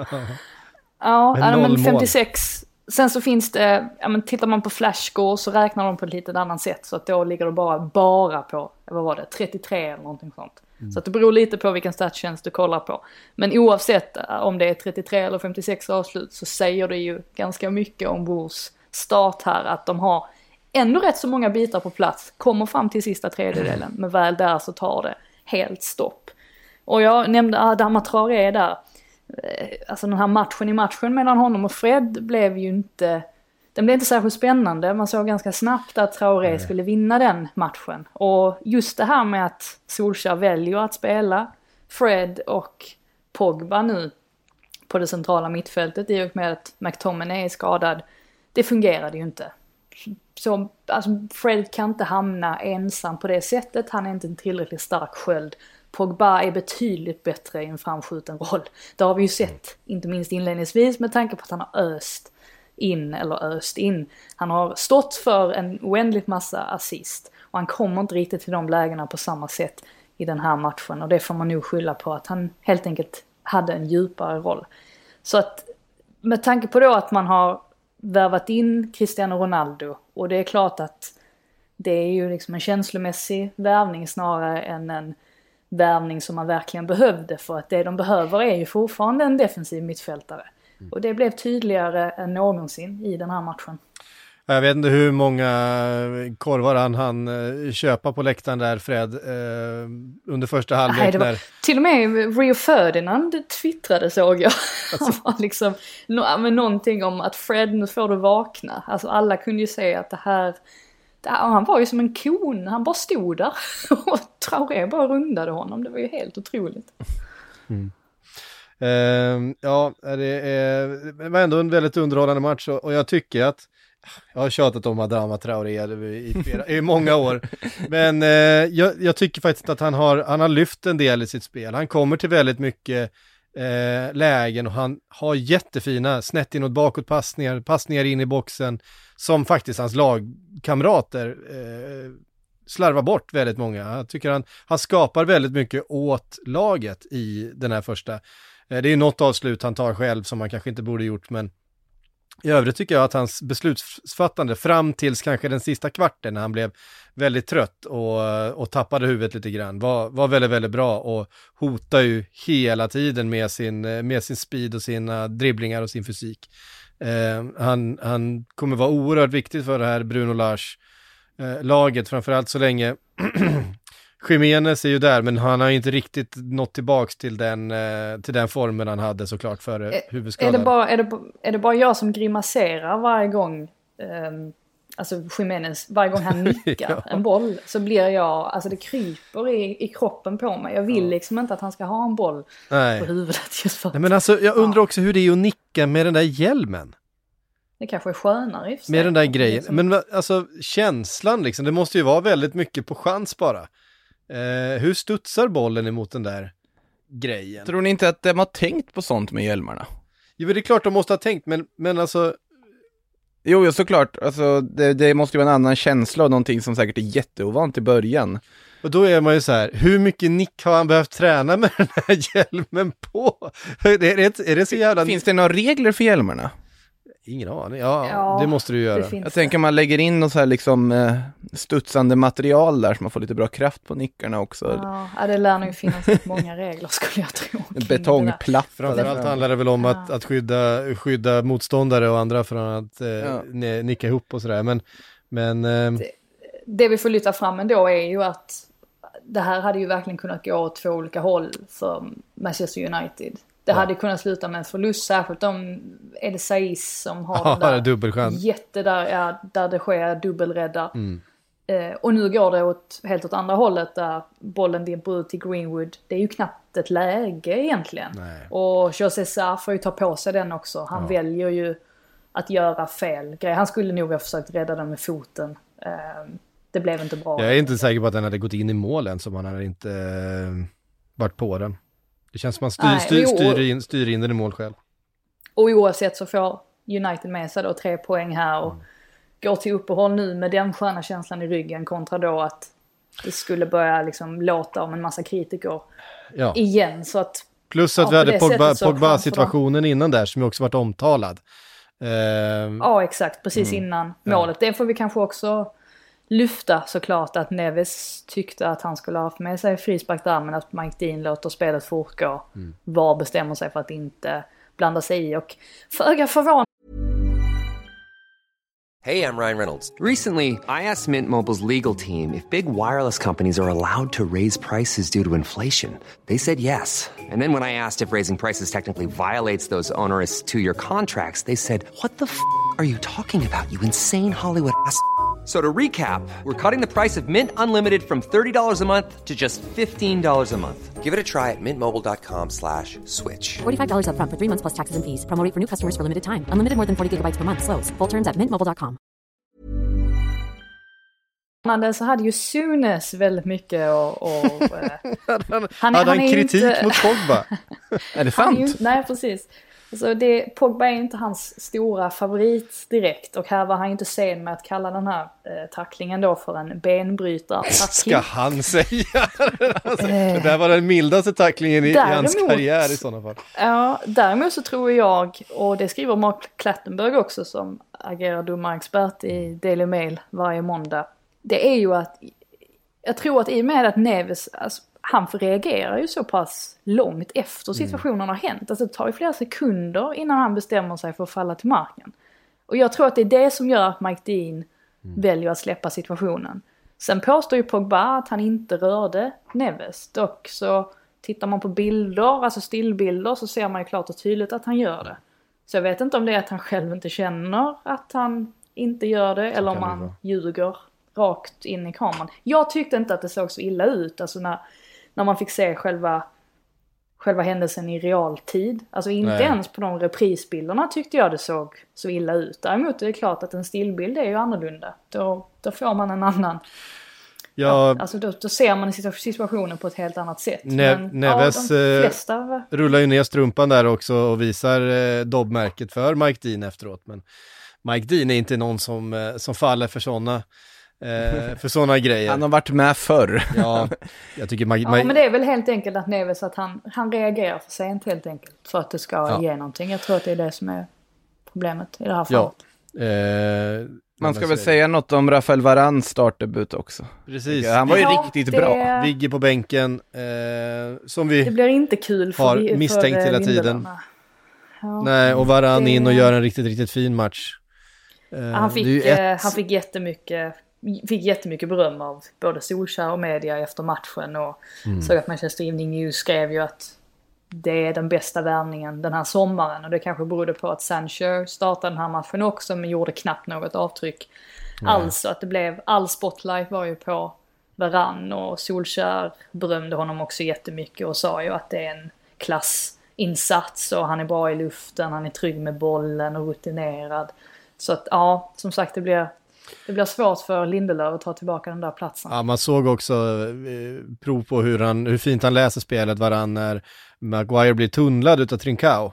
Speaker 5: ja,
Speaker 3: men
Speaker 5: 56. Sen så finns det, ja men tittar man på flashscore så räknar de på ett lite annat sätt, så att då ligger det bara på, vad var det, 33 eller någonting sånt. Så att det beror lite på vilken statstjänst du kollar på. Men oavsett om det är 33 eller 56 avslut så säger det ju ganska mycket om Wolves start här, att de har ändå rätt så många bitar på plats, kommer fram till sista tredjedelen, men väl där så tar det helt stopp. Och jag nämnde Adama Traoré där. Alltså den här matchen mellan honom och Fred blev inte särskilt spännande. Man såg ganska snabbt att Traoré skulle vinna den matchen. Och just det här med att Solskjaer väljer att spela Fred och Pogba nu på det centrala mittfältet i och med att McTominay är skadad, det fungerade ju inte. Så alltså, Fred kan inte hamna ensam på det sättet. Han är inte en tillräckligt stark sköld. Pogba är betydligt bättre i en framskjuten roll. Det har vi ju sett, inte minst inledningsvis, med tanke på att han har öst in. Han har stått för en oändligt massa assist och han kommer inte riktigt till de lägena på samma sätt i den här matchen, och det får man nog skylla på att han helt enkelt hade en djupare roll. Så att med tanke på då att man har värvat in Cristiano Ronaldo, och det är klart att det är ju liksom en känslomässig värvning snarare än en värvning som man verkligen behövde, för att det de behöver är ju fortfarande en defensiv mittfältare. Och det blev tydligare än någonsin i den här matchen.
Speaker 3: Jag vet inte hur många korvar han köpa på läktaren där, Fred, under första halvlek.
Speaker 5: Nej, till och med Rio Ferdinand twittrade, såg jag. Han var liksom med någonting om att Fred, nu får du vakna. Alltså alla kunde ju se att det här han var ju som en kon, han bara stod där och Traoré bara rundade honom. Det var ju helt otroligt.
Speaker 3: Ja, det var ändå en väldigt underhållande match, och jag tycker att jag har tjatat om Adama Traoré i många år, men jag tycker faktiskt att han har lyft en del i sitt spel. Han kommer till väldigt mycket lägen, och han har jättefina snett inåt bakåt passningar in i boxen som faktiskt hans lagkamrater slarvar bort väldigt många. Jag tycker han skapar väldigt mycket åt laget i den här första. Det är något avslut han tar själv som han kanske inte borde gjort, men I övrigt tycker jag att hans beslutsfattande fram tills kanske den sista kvarten när han blev väldigt trött och tappade huvudet lite grann var väldigt, väldigt bra och hotar ju hela tiden med sin speed och sina dribblingar och sin fysik. Han kommer vara oerhört viktig för det här Bruno Lage laget, framförallt så länge Jiménez är ju där, men han har inte riktigt nått tillbaks till den formen han hade såklart före huvudskadan.
Speaker 5: Är det bara jag som grimaserar varje gång alltså Jiménez, varje gång han nickar en boll så blir jag, alltså det kryper i kroppen på mig. Jag vill liksom inte att han ska ha en boll på huvudet just för att,
Speaker 3: men alltså jag undrar också hur det är att nicka med den där hjälmen.
Speaker 5: Det kanske är skönare i och för sig.
Speaker 3: Med den där grejen. Liksom. Men alltså känslan liksom, det måste ju vara väldigt mycket på chans bara. Hur studsar bollen emot den där grejen?
Speaker 4: Tror ni inte att de har tänkt på sånt med hjälmarna?
Speaker 3: Jo, det är klart de måste ha tänkt, men alltså...
Speaker 4: Jo, såklart. Alltså, det måste ju vara en annan känsla och någonting som säkert är jätteovant i början.
Speaker 3: Och då är man ju så här, hur mycket nick har han behövt träna med den här hjälmen på? Är det så jävla...
Speaker 4: Finns det några regler för hjälmarna?
Speaker 3: Ingen aning. Ja, det måste du göra.
Speaker 4: Jag tänker man lägger in något så här liksom studsande material där så man får lite bra kraft på nickarna också.
Speaker 5: Ja, det lär nog finnas många regler skulle jag tro.
Speaker 4: Betongplatt.
Speaker 3: Framförallt handlar det väl om att skydda motståndare och andra från att nicka ihop och sådär. Men
Speaker 5: det vi får lyfta fram ändå är ju att det här hade ju verkligen kunnat gå åt två olika håll för Manchester United. Det hade kunnat sluta med en förlust, särskilt om är det Saiz som har den där där det sker dubbelrädda. Och nu går det helt åt andra hållet där bollen dimper ut till Greenwood. Det är ju knappt ett läge egentligen. Nej. Och José Sá får ju ta på sig den också. Han väljer ju att göra fel grej. Han skulle nog ha försökt rädda den med foten. Det blev inte bra.
Speaker 3: Jag är inte säker på att den hade gått in i målen, som han hade inte varit på den. Det känns som att man styr in den i mål själv.
Speaker 5: Och oavsett så får United med sig då 3 poäng här och går till uppehåll nu med den sköna känslan i ryggen kontra då att det skulle börja liksom låta om en massa kritiker igen. Så att,
Speaker 3: plus att vi hade Pogba-situationen innan där som ju också varit omtalad.
Speaker 5: Ja, exakt. Precis innan målet. Det får vi kanske också lyfta såklart, att Neves tyckte att han skulle ha haft med sig frispark där, men att Mike Dean låter spelet fortgå. VAR bestämmer sig för att inte blanda sig i, och föga förvånad.
Speaker 6: Hey, I'm Ryan Reynolds. Recently, I asked Mint Mobile's legal team if big wireless companies are allowed to raise prices due to inflation. They said yes. And then when I asked if raising prices technically violates those onerous 2-year contracts, they said, "What the f*** are you talking about, you insane Hollywood ass?" So to recap, we're cutting the price of Mint Unlimited from $30 a month to just $15 a month. Give it a try at mintmobile.com/switch.
Speaker 7: $45 up front for 3 months plus taxes and fees. Promo rate for new customers for limited time. Unlimited more than 40 gigabytes per month. Slows full terms at mintmobile.com.
Speaker 5: Så hade ju Sunes väldigt mycket
Speaker 3: hade han kritik mot Pogba?
Speaker 4: Är det sant?
Speaker 5: Nej, precis. Alltså Pogba är inte hans stora favorit direkt, och här var han inte sen med att kalla den här tacklingen då för en benbrytartackling.
Speaker 3: Ska han säga? Alltså, det där var den mildaste tacklingen i hans karriär i sådana fall. Ja,
Speaker 5: däremot så tror jag, och det skriver Mark Clattenburg också som agerar domarexpert i Daily Mail varje måndag, det är ju att jag tror att i och med att Neves, alltså, han reagerar ju så pass långt efter situationen har hänt. Alltså det tar ju flera sekunder innan han bestämmer sig för att falla till marken. Och jag tror att det är det som gör att Mike Dean väljer att släppa situationen. Sen påstår ju Pogba att han inte rörde Neves. Dock så tittar man på bilder, alltså stillbilder, så ser man ju klart och tydligt att han gör det. Så jag vet inte om det är att han själv inte känner att han inte gör det, eller om han ljuger rakt in i kameran. Jag tyckte inte att det såg så illa ut, alltså när man fick se själva händelsen i realtid. Alltså inte ens på de reprisbilderna tyckte jag det såg så illa ut. Däremot är det klart att en stillbild är ju annorlunda. Då får man en annan... alltså då ser man situationen på ett helt annat sätt.
Speaker 3: Neves rullar ju ner strumpan där också och visar dobbmärket för Mike Dean efteråt. Men Mike Dean är inte någon som faller för sådana grejer.
Speaker 4: Han har varit med förr.
Speaker 3: Ja, jag tycker
Speaker 5: men det är väl helt enkelt att Neves, att han reagerar för sent helt enkelt för att det ska ge någonting. Jag tror att det är det som är problemet i det här fallet.
Speaker 4: Man ska väl säga något om Rafael Varans startdebut också.
Speaker 3: Precis.
Speaker 4: Han var ju riktigt bra.
Speaker 3: Vigge på bänken, som vi
Speaker 5: det blir inte kul för,
Speaker 3: har misstänkt hela tiden. Nej, och Varan in och gör en riktigt, riktigt fin match.
Speaker 5: Han fick jättemycket beröm av både Solskjaer och media efter matchen, och såg att Manchester Evening News skrev ju att det är den bästa värvningen den här sommaren, och det kanske berodde på att Sancho startade den här matchen också men gjorde knappt något avtryck. Alltså att det blev, all spotlight var ju på Varan, och Solskjaer berömde honom också jättemycket och sa ju att det är en klassinsats och han är bra i luften, han är trygg med bollen och rutinerad. Så att ja, som sagt, det blir svårt för Lindelöf att ta tillbaka den där platsen. Ja,
Speaker 3: man såg också prov på hur fint han läser spelet, Varan, när Maguire blir tunnlad utav Trincao.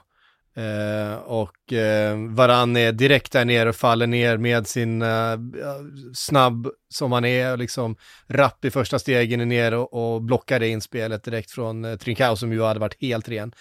Speaker 3: Och Varan är direkt där nere och faller ner med sin snabb som han är, och liksom rapp i första stegen är ner och blockar det in spelet direkt från Trincao som ju hade varit helt ren.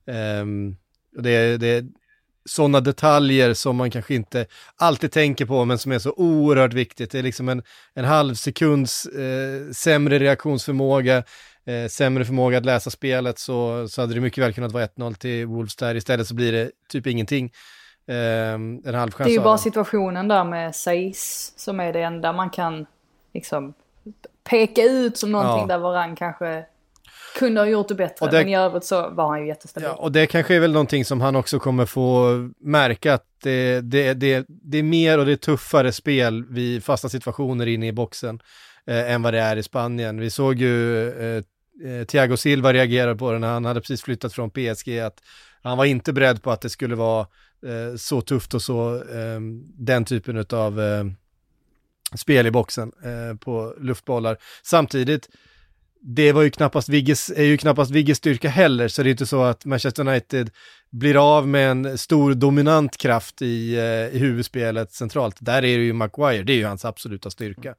Speaker 3: Och det är sådana detaljer som man kanske inte alltid tänker på, men som är så oerhört viktigt. Det är liksom en halv sekunds sämre reaktionsförmåga, sämre förmåga att läsa spelet, så hade det mycket väl kunnat vara 1-0 till Wolves där. Istället så blir det typ ingenting. En halv chans.
Speaker 5: Det är ju bara situationen där med Saiz som är det enda man kan liksom peka ut som någonting där Varan kanske kunde ha gjort det bättre, men i övrigt så var han ju jättestabil. Ja,
Speaker 3: och det kanske är väl någonting som han också kommer få märka, att det är mer och det är tuffare spel vid fasta situationer inne i boxen än vad det är i Spanien. Vi såg ju Thiago Silva reagera på det när han hade precis flyttat från PSG, att han var inte beredd på att det skulle vara så tufft och så den typen av spel i boxen på luftbollar. Samtidigt, det var ju knappast Vigges styrka heller, så det är inte så att Manchester United blir av med en stor dominant kraft i huvudspelet centralt. Där är det ju Maguire, det är ju hans absoluta styrka.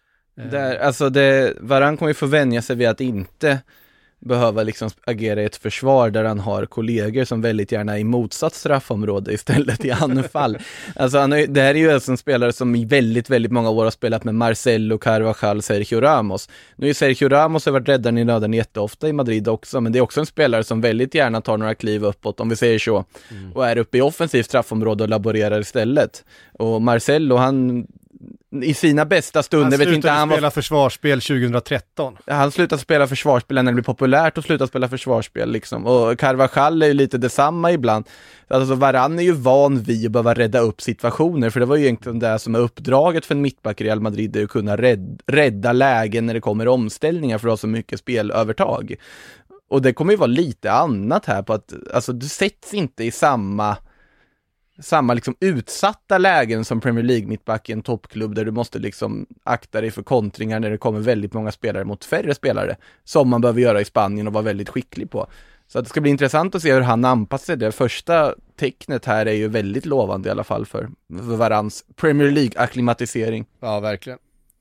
Speaker 4: Varan kommer ju få vänja sig vid att inte behöva liksom agera i ett försvar där han har kollegor som väldigt gärna är i motsatt straffområde istället i anfall. Alltså det här är ju alltså en spelare som i väldigt, väldigt många år har spelat med Marcelo, Carvajal, Sergio Ramos. Nu är Sergio Ramos har varit räddaren i nöden jätteofta i Madrid också, men det är också en spelare som väldigt gärna tar några kliv uppåt, om vi säger så, och är uppe i offensivt straffområde och laborerar istället. Och Marcelo, han i sina bästa stunder, vet inte, han
Speaker 3: spela försvarsspel 2013.
Speaker 4: Han slutade spela försvarsspel när det blev populärt och slutade spela försvarsspel liksom. Och Carvajal är ju lite detsamma ibland. Alltså Varan är ju van vid att behöva rädda upp situationer, för det var ju egentligen det som är uppdraget för en mittback i Real Madrid, det är att kunna rädda lägen när det kommer omställningar för att ha så mycket spelövertag. Och det kommer ju vara lite annat här, på att alltså du sätts inte i samma liksom utsatta lägen som Premier League mittback i en toppklubb, där du måste liksom akta dig för kontringar när det kommer väldigt många spelare mot färre spelare, som man behöver göra i Spanien och vara väldigt skicklig på. Så att det ska bli intressant att se hur han anpassar sig. Det första tecknet här är ju väldigt lovande i alla fall för Varans Premier League-akklimatisering.
Speaker 3: Ja, verkligen.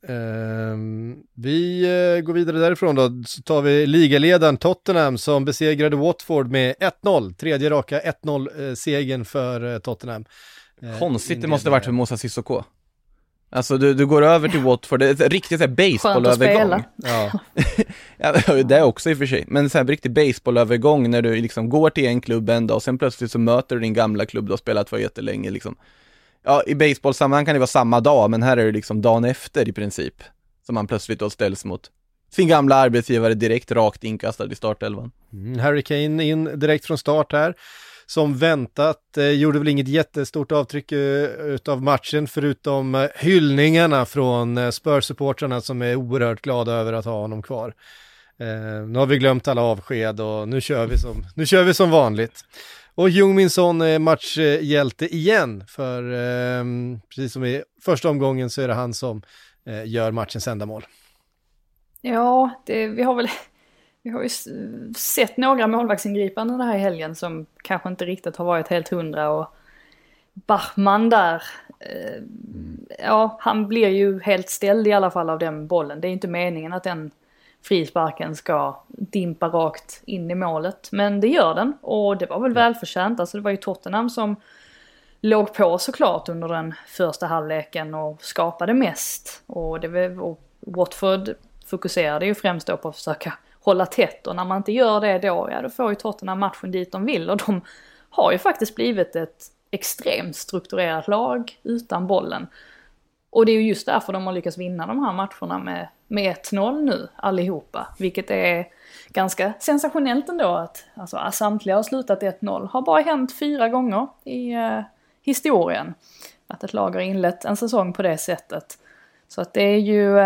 Speaker 3: Vi går vidare därifrån då, så tar vi ligaledaren Tottenham som besegrade Watford med 1-0, tredje raka 1-0 segern för Tottenham.
Speaker 4: Konstigt det måste ha varit för Moussa Sissoko. Alltså du går över till Watford, det är ett riktigt så här baseballövergång. Ja. Ja, det är också i och för sig, men så här riktigt baseballövergång när du liksom går till en klubb en dag och sen plötsligt så möter du din gamla klubb du har spelat för jättelänge liksom. Ja, i baseballsammanhang kan det vara samma dag, men här är det liksom dagen efter i princip som man plötsligt då ställs mot sin gamla arbetsgivare direkt rakt inkastad i startelvan.
Speaker 3: Harry Kane in direkt från start här. Som väntat, gjorde väl inget jättestort avtryck utav matchen, förutom hyllningarna från Spurs-supportrarna som är oerhört glada över att ha honom kvar. Nu har vi glömt alla avsked och nu kör vi som vanligt. Och Heung-min Son är matchhjälte igen, för precis som i första omgången så är det han som gör matchens enda mål.
Speaker 5: Ja, vi har ju sett några målvaktsingripanden den här helgen som kanske inte riktigt har varit helt 100, och Bachmann där, ja, han blir ju helt ställd i alla fall av den bollen. Det är inte meningen att den frisparken ska dimpa rakt in i målet, men det gör den, och det var väl välförtjänt. Alltså det var ju Tottenham som låg på såklart under den första halvleken och skapade mest. Och Watford fokuserade ju främst då på att försöka hålla tätt, och när man inte gör det då får ju Tottenham matchen dit de vill, och de har ju faktiskt blivit ett extremt strukturerat lag utan bollen. Och det är ju just därför de har lyckats vinna de här matcherna med 1-0 nu allihopa, vilket är ganska sensationellt ändå att alltså, samtliga har slutat 1-0. Har bara hänt 4 gånger i historien att ett lag har inlett en säsong på det sättet. Så att det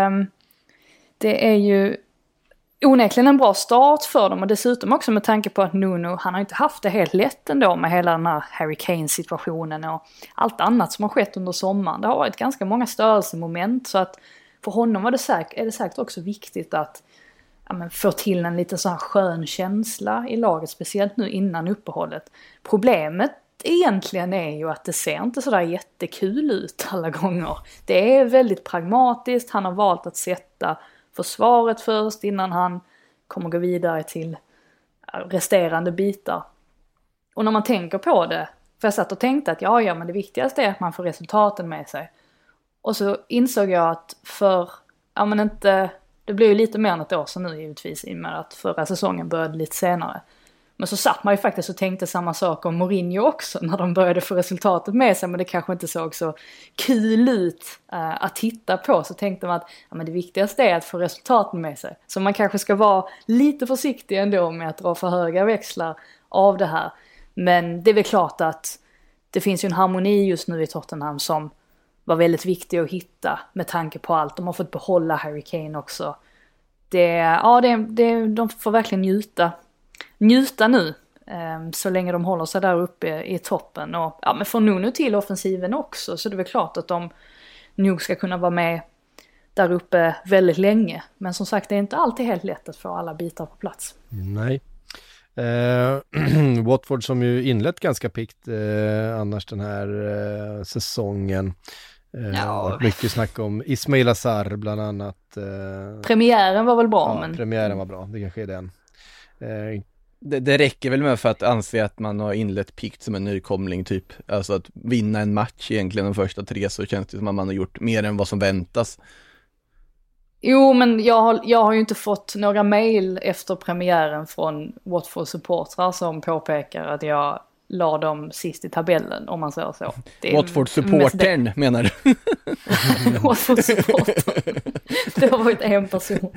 Speaker 5: är ju onekligen en bra start för dem, och dessutom också med tanke på att Nuno, han har inte haft det helt lätt ändå med hela den här Harry Kane-situationen och allt annat som har skett under sommaren. Det har varit ganska många störelsemoment, så att för honom är det säkert också viktigt att få till en lite så här skön känsla i laget, speciellt nu innan uppehållet. Problemet egentligen är ju att det ser inte så där jättekul ut alla gånger. Det är väldigt pragmatiskt, han har valt att sätta försvaret först innan han kommer gå vidare till resterande bitar. Och när man tänker på det, för jag satt och tänkte att men det viktigaste är att man får resultaten med sig. Och så insåg jag att det blir ju lite mer än ett år sedan nu givetvis, i och med att förra säsongen började lite senare. Men så satt man ju faktiskt och tänkte samma sak om Mourinho också när de började få resultatet med sig, men det kanske inte såg så kul ut att titta på. Så tänkte man att det viktigaste är att få resultaten med sig. Så man kanske ska vara lite försiktig ändå med att dra för höga växlar av det här. Men det är väl klart att det finns ju en harmoni just nu i Tottenham som var väldigt viktig att hitta med tanke på allt. De har fått behålla Harry Kane också. De får verkligen njuta nu, så länge de håller sig där uppe i toppen. Och men får Nuno till offensiven också, så det är väl klart att de nog ska kunna vara med där uppe väldigt länge. Men som sagt, det är inte alltid helt lätt att få alla bitar på plats.
Speaker 3: Nej. Watford som ju inlett ganska pikt annars den här säsongen. Mycket snack om Ismail Assar bland annat.
Speaker 5: Premiären var väl bra, men
Speaker 3: premiären var bra, det kanske är den.
Speaker 4: Det räcker väl med för att anse att man har inlett pikt som en nykomling typ. Alltså att vinna en match egentligen de första 3, så känns det som att man har gjort mer än vad som väntas.
Speaker 5: Jo, men jag har ju inte fått några mejl efter premiären från Watford-supportrar som påpekar att jag la dem sist i tabellen, om man säger så.
Speaker 4: Watford-supportern menar du?
Speaker 5: Watford-supporter. Det har varit en person.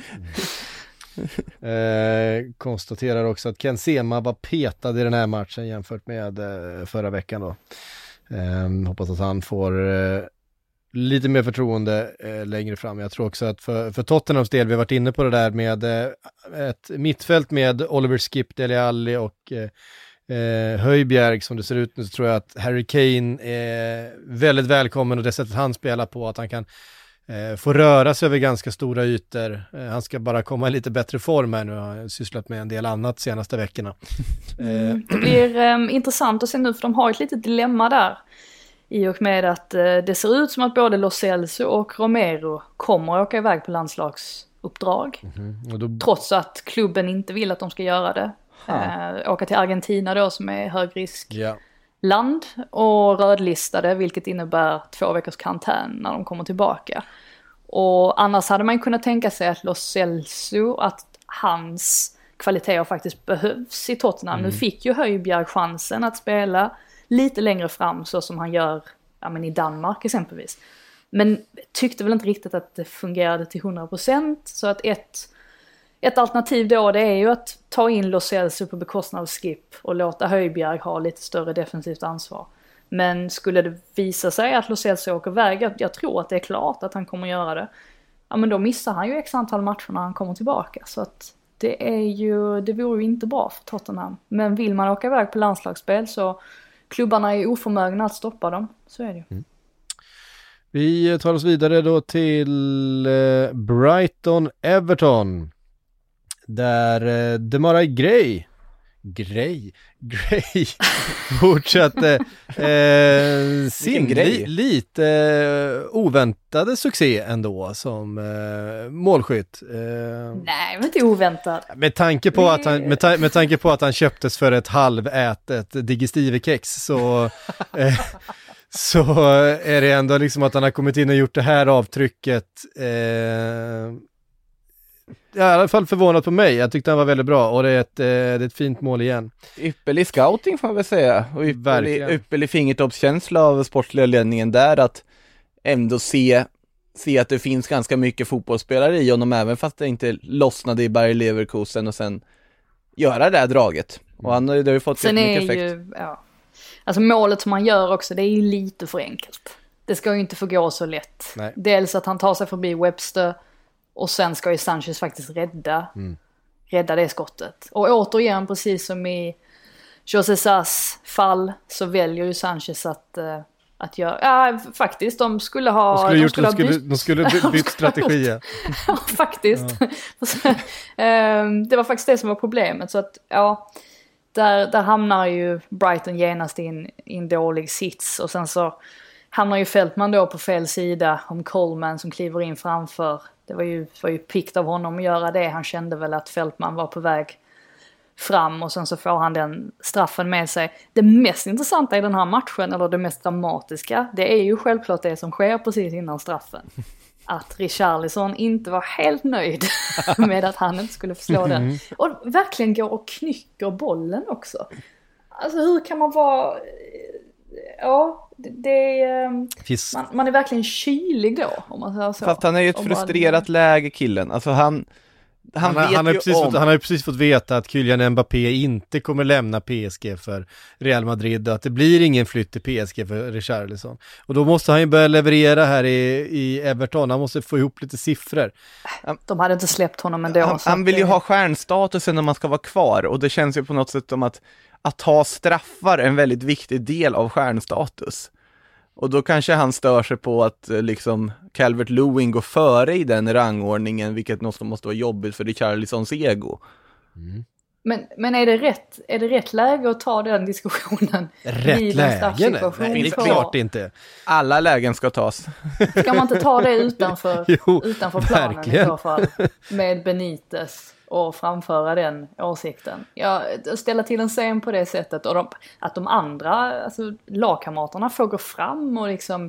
Speaker 3: Konstaterar också att Ken Sema var petad i den här matchen jämfört med förra veckan då. Hoppas att han får lite mer förtroende längre fram. Jag tror också att för Tottenhams del, vi har varit inne på det där med ett mittfält med Oliver Skip, Dele Alli och Højbjerg som det ser ut nu, så tror jag att Harry Kane är väldigt välkommen, och det sättet han spelar på, att han kan få röra sig över ganska stora ytor. Han ska bara komma i lite bättre form här nu. Han har sysslat med en del annat de senaste veckorna.
Speaker 5: Det blir intressant att se nu, för de har ett litet dilemma där. I och med att det ser ut som att både Lo Celso och Romero kommer att åka iväg på landslagsuppdrag. Trots att klubben inte vill att de ska göra det. Åka till Argentina då, som är högrisk land, och rödlistade, vilket innebär 2 veckors karantän när de kommer tillbaka. Och annars hade man kunnat tänka sig att Lo Celso, att hans kvaliteter faktiskt behövs i Tottenham. Nu fick ju Højbjerg chansen att spela lite längre fram, så som han gör i Danmark exempelvis. Men tyckte väl inte riktigt att det fungerade till 100%, så att ett alternativ då, det är ju att ta in Lo Celso på bekostnad av Skip och låta Højbjerg ha lite större defensivt ansvar. Men skulle det visa sig att Lo Celso åker iväg, jag tror att det är klart att han kommer göra det, men då missar han ju x antal matcher när han kommer tillbaka. Så att det vore ju inte bra för Tottenham. Men vill man åka iväg på landslagsspel, så klubbarna är oförmögna att stoppa dem. Så är det ju.
Speaker 3: Vi tar oss vidare då till Brighton-Everton. Där Demarai Gray fortsatte sin lite oväntade succé ändå som målskytt.
Speaker 5: Nej, men inte oväntad.
Speaker 3: Med tanke på att han köptes för ett halvätet digestive-kex, så så är det ändå liksom att han har kommit in och gjort det här avtrycket. I alla fall förvånat på mig. Jag tyckte han var väldigt bra och det är ett fint mål igen.
Speaker 4: Ypperlig scouting får man väl säga. Och ypperlig fingertoppskänsla av sportsliga ledningen där att ändå se att det finns ganska mycket fotbollsspelare i honom även fast det inte lossnade i Bayer Leverkusen och sen göra det här draget. Och han har ju fått
Speaker 5: sen
Speaker 4: mycket effekt.
Speaker 5: Ju, ja. Alltså målet som han gör också, det är ju lite för enkelt. Det ska ju inte få gå så lätt.
Speaker 3: Nej.
Speaker 5: Dels att han tar sig förbi Webster och sen ska ju Sanchez faktiskt rädda det skottet. Och återigen, precis som i José Sás fall, så väljer ju Sanchez att göra, ja faktiskt, de skulle bytt strategi. Ja, faktiskt. Ja. Det var faktiskt det som var problemet, så att ja, där hamnar ju Brighton genast i en dålig sits och sen så hamnar ju Fältman då på fel sida om Coleman som kliver in framför. Det var ju pikt av honom att göra det. Han kände väl att Fältman var på väg fram och sen så får han den straffen med sig. Det mest intressanta i den här matchen, eller det mest dramatiska, det är ju självklart det som sker precis innan straffen. Att Richarlison inte var helt nöjd med att han inte skulle få slå den. Och verkligen går och knycker bollen också. Alltså hur kan man vara... Ja, man är verkligen kylig då, om man säger så.
Speaker 4: Fast han är ju ett frustrerat läge, killen. Alltså han har
Speaker 3: ju precis fått veta att Kylian Mbappé inte kommer lämna PSG för Real Madrid och att det blir ingen flytt till PSG för Richarlison. Och då måste han ju börja leverera här i Everton. Han måste få ihop lite siffror.
Speaker 5: De hade inte släppt honom ändå.
Speaker 4: Han vill ju ha stjärnstatusen när man ska vara kvar och det känns ju på något sätt som att ta straffar är en väldigt viktig del av stjärnstatus. Och då kanske han stör sig på att liksom Calvert-Lewin går före i den rangordningen, vilket måste vara jobbigt för Richarlisons ego.
Speaker 5: Men är det rätt läge att ta den diskussionen?
Speaker 3: Rätt läge? Nej, det är klart inte.
Speaker 4: Alla lägen ska tas.
Speaker 5: Ska man inte ta det utanför planen
Speaker 3: verkligen.
Speaker 5: i så fall? Med Benitez och framföra den åsikten. Ja, ställa till en scen på det sättet och att de andra, alltså lagkamraterna, får gå fram och liksom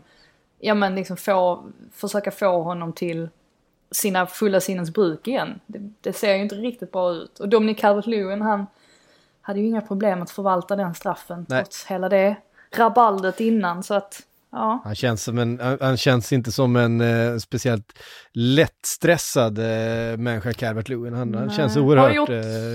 Speaker 5: försöka få honom till sina fulla sinnens bruk igen. Det ser ju inte riktigt bra ut. Och Dominic Calvert-Lewin, han hade ju inga problem att förvalta den straffen trots hela det rabaldet innan, så att ja.
Speaker 3: Han känns inte som en speciellt lättstressad människa, Calvert-Lewin. Han känns oerhört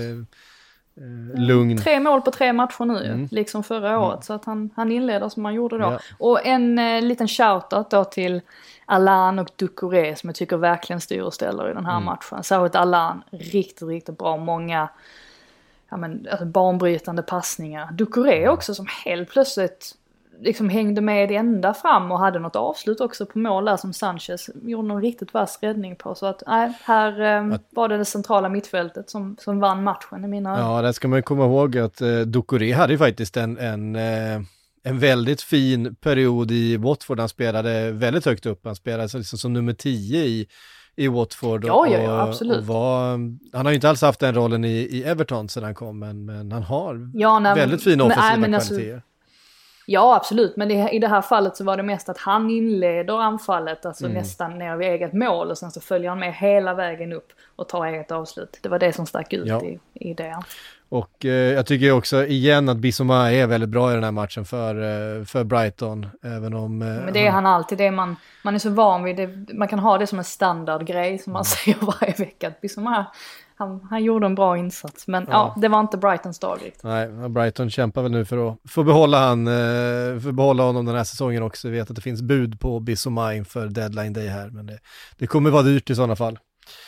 Speaker 3: lugn.
Speaker 5: 3 mål på 3 matcher nu, liksom förra året. Så att han inleder som han gjorde då. Ja. Och en liten shoutout då till Allan och Doucouré som jag tycker verkligen styr och ställer i den här matchen. Särskilt Allan, riktigt, riktigt bra. Många banbrytande passningar. Doucouré också som helt plötsligt liksom hängde med ända fram och hade något avslut också på mål där som Sanchez gjorde någon riktigt vass räddning på. Så att här var det centrala mittfältet som vann matchen i mina ögon.
Speaker 3: Ja, där ska man komma ihåg att Doucouré hade ju faktiskt en väldigt fin period i Watford. Han spelade väldigt högt upp. Han spelade liksom som nummer 10 i Watford.
Speaker 5: Ja, absolut.
Speaker 3: Han har ju inte alls haft den rollen i Everton sedan han kom, men han har väldigt fina offensiva kvaliteter.
Speaker 5: Ja, absolut. Men i det här fallet så var det mest att han inleder anfallet, alltså nästan ner vid eget mål, och sen så följer han med hela vägen upp och tar eget avslut. Det var det som stack ut i det.
Speaker 3: Och jag tycker också igen att Bissouma är väldigt bra i den här matchen för Brighton, även om...
Speaker 5: Men det är han alltid, det man är så van vid det, man kan ha det som en standardgrej som man säger varje vecka. Bissouma, han gjorde en bra insats, men det var inte Brightons dag riktigt.
Speaker 3: Nej, Brighton kämpar väl nu för att få behålla honom den här säsongen också. Jag vet att det finns bud på Bissouma inför deadline day här, men det kommer vara dyrt i sådana fall.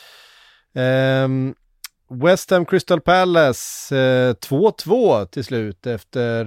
Speaker 3: West Ham Crystal Palace 2-2 till slut efter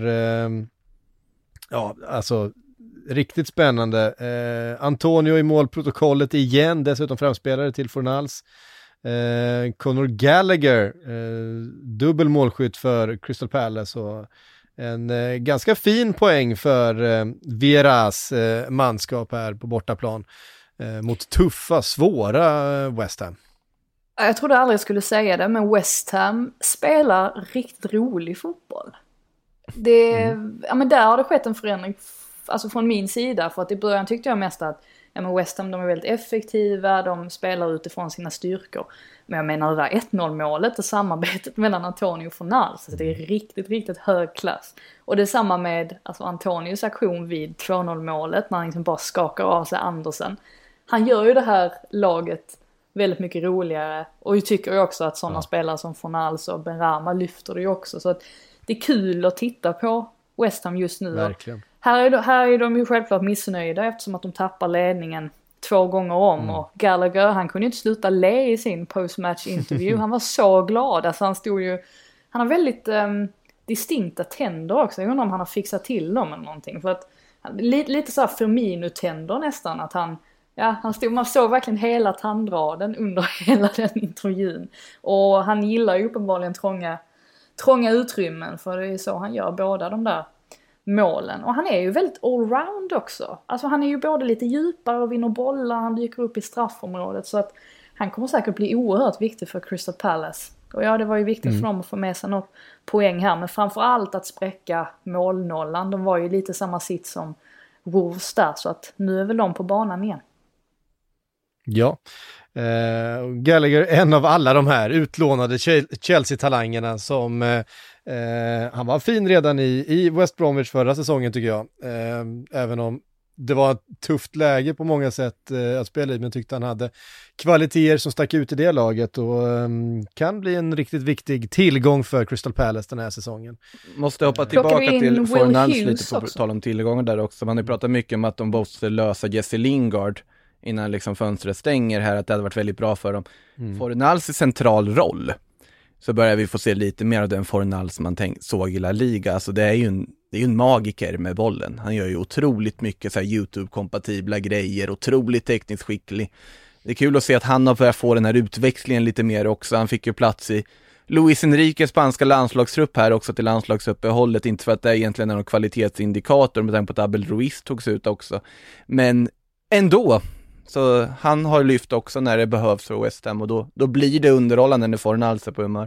Speaker 3: riktigt spännande. Antonio i målprotokollet igen, dessutom framspelare till Fornals. Conor Gallagher dubbel målskytt för Crystal Palace och en ganska fin poäng för Vieras manskap här på bortaplan mot tuffa, svåra West Ham.
Speaker 5: Jag trodde aldrig jag skulle säga det, men West Ham spelar riktigt rolig fotboll. Men där har det skett en förändring alltså från min sida, för att i början tyckte jag mest att West Ham, de är väldigt effektiva, de spelar utifrån sina styrkor. Men jag menar det där 1-0 målet och samarbetet mellan Antonio och Fornals, så det är riktigt, riktigt hög klass. Och det är samma med alltså Antonios aktion vid 2-0 målet när han liksom bara skakar av sig Andersen. Han gör ju det här laget väldigt mycket roligare, och jag tycker ju också att sådana spelare som Fornals och Benrahma lyfter det ju också, så att det är kul att titta på West Ham just nu.
Speaker 3: Verkligen.
Speaker 5: Här är de ju självklart missnöjda eftersom att de tappar ledningen 2 gånger om. Och Gallagher, han kunde ju inte sluta le i sin postmatch-intervju. Han var så glad. Alltså han har väldigt distinkta tänder också. Jag undrar om han har fixat till dem eller någonting. För att lite så här Firmino-tänder nästan. Att man såg verkligen hela tandraden under hela den intervjun. Och han gillar ju uppenbarligen trånga utrymmen, för det är så han gör båda de där målen. Och han är ju väldigt allround också. Alltså han är ju både lite djupare och vinner bollar, han dyker upp i straffområdet, så att han kommer säkert bli oerhört viktig för Crystal Palace. Och det var ju viktigt för dem att få med sig något poäng här, men framförallt att spräcka målnollan. De var ju lite samma sitt som Wolves där, så att nu är väl de på banan igen. Ja.
Speaker 3: Gallagher, en av alla de här utlånade Chelsea-talangerna som han var fin redan i West Bromwich förra säsongen tycker jag. Även om det var ett tufft läge på många sätt att spela i, men tyckte han hade kvaliteter som stack ut i det laget och kan bli en riktigt viktig tillgång för Crystal Palace den här säsongen.
Speaker 4: Måste hoppa tillbaka till Fornals lite på tal om tillgångar där också. Man har ju pratat mycket om att de måste lösa Jesse Lingard innan liksom fönstret stänger här, att det hade varit väldigt bra för dem. Fornals i central roll, så börjar vi få se lite mer av den Fornals man såg i La Liga. Alltså det är ju en magiker med bollen. Han gör ju otroligt mycket så här YouTube-kompatibla grejer, otroligt tekniskt skicklig. Det är kul att se att han har börjat få den här utväxlingen lite mer också. Han fick ju plats i Luis Enriques spanska landslagstrupp här också till landslagsuppehållet, inte för att det egentligen är någon kvalitetsindikator med tanke på att Abel Ruiz togs ut också. Men ändå, så han har lyft också när det behövs för West Ham, och då blir det underhållande när Fornals är på humör.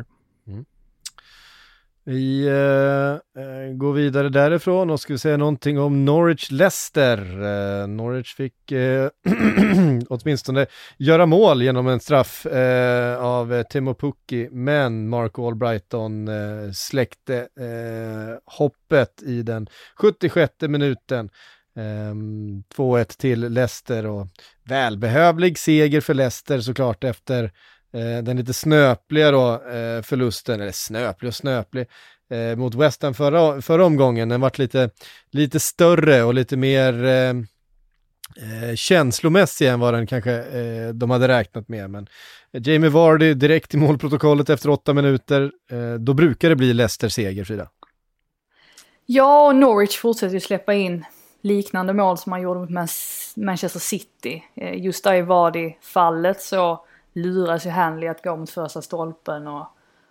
Speaker 3: Vi går vidare därifrån och ska vi säga någonting om Norwich-Leicester. Norwich fick åtminstone göra mål genom en straff av Timo Pukki, men Mark Albrighton släckte hoppet i den 76:e minuten. 2-1 till Leicester, och välbehövlig seger för Leicester såklart efter den lite snöpliga förlusten, eller snöplig mot West Ham förra omgången. Den varit lite större och lite mer känslomässig än vad den kanske de hade räknat med, men Jamie Vardy direkt i målprotokollet efter 8 minuter, då brukar det bli Leicester seger, Frida.
Speaker 5: Ja, och Norwich fortsätter ju släppa in liknande mål som man gjorde mot Manchester City. Just där i Vardy-fallet så luras ju Hanley att gå mot första stolpen, och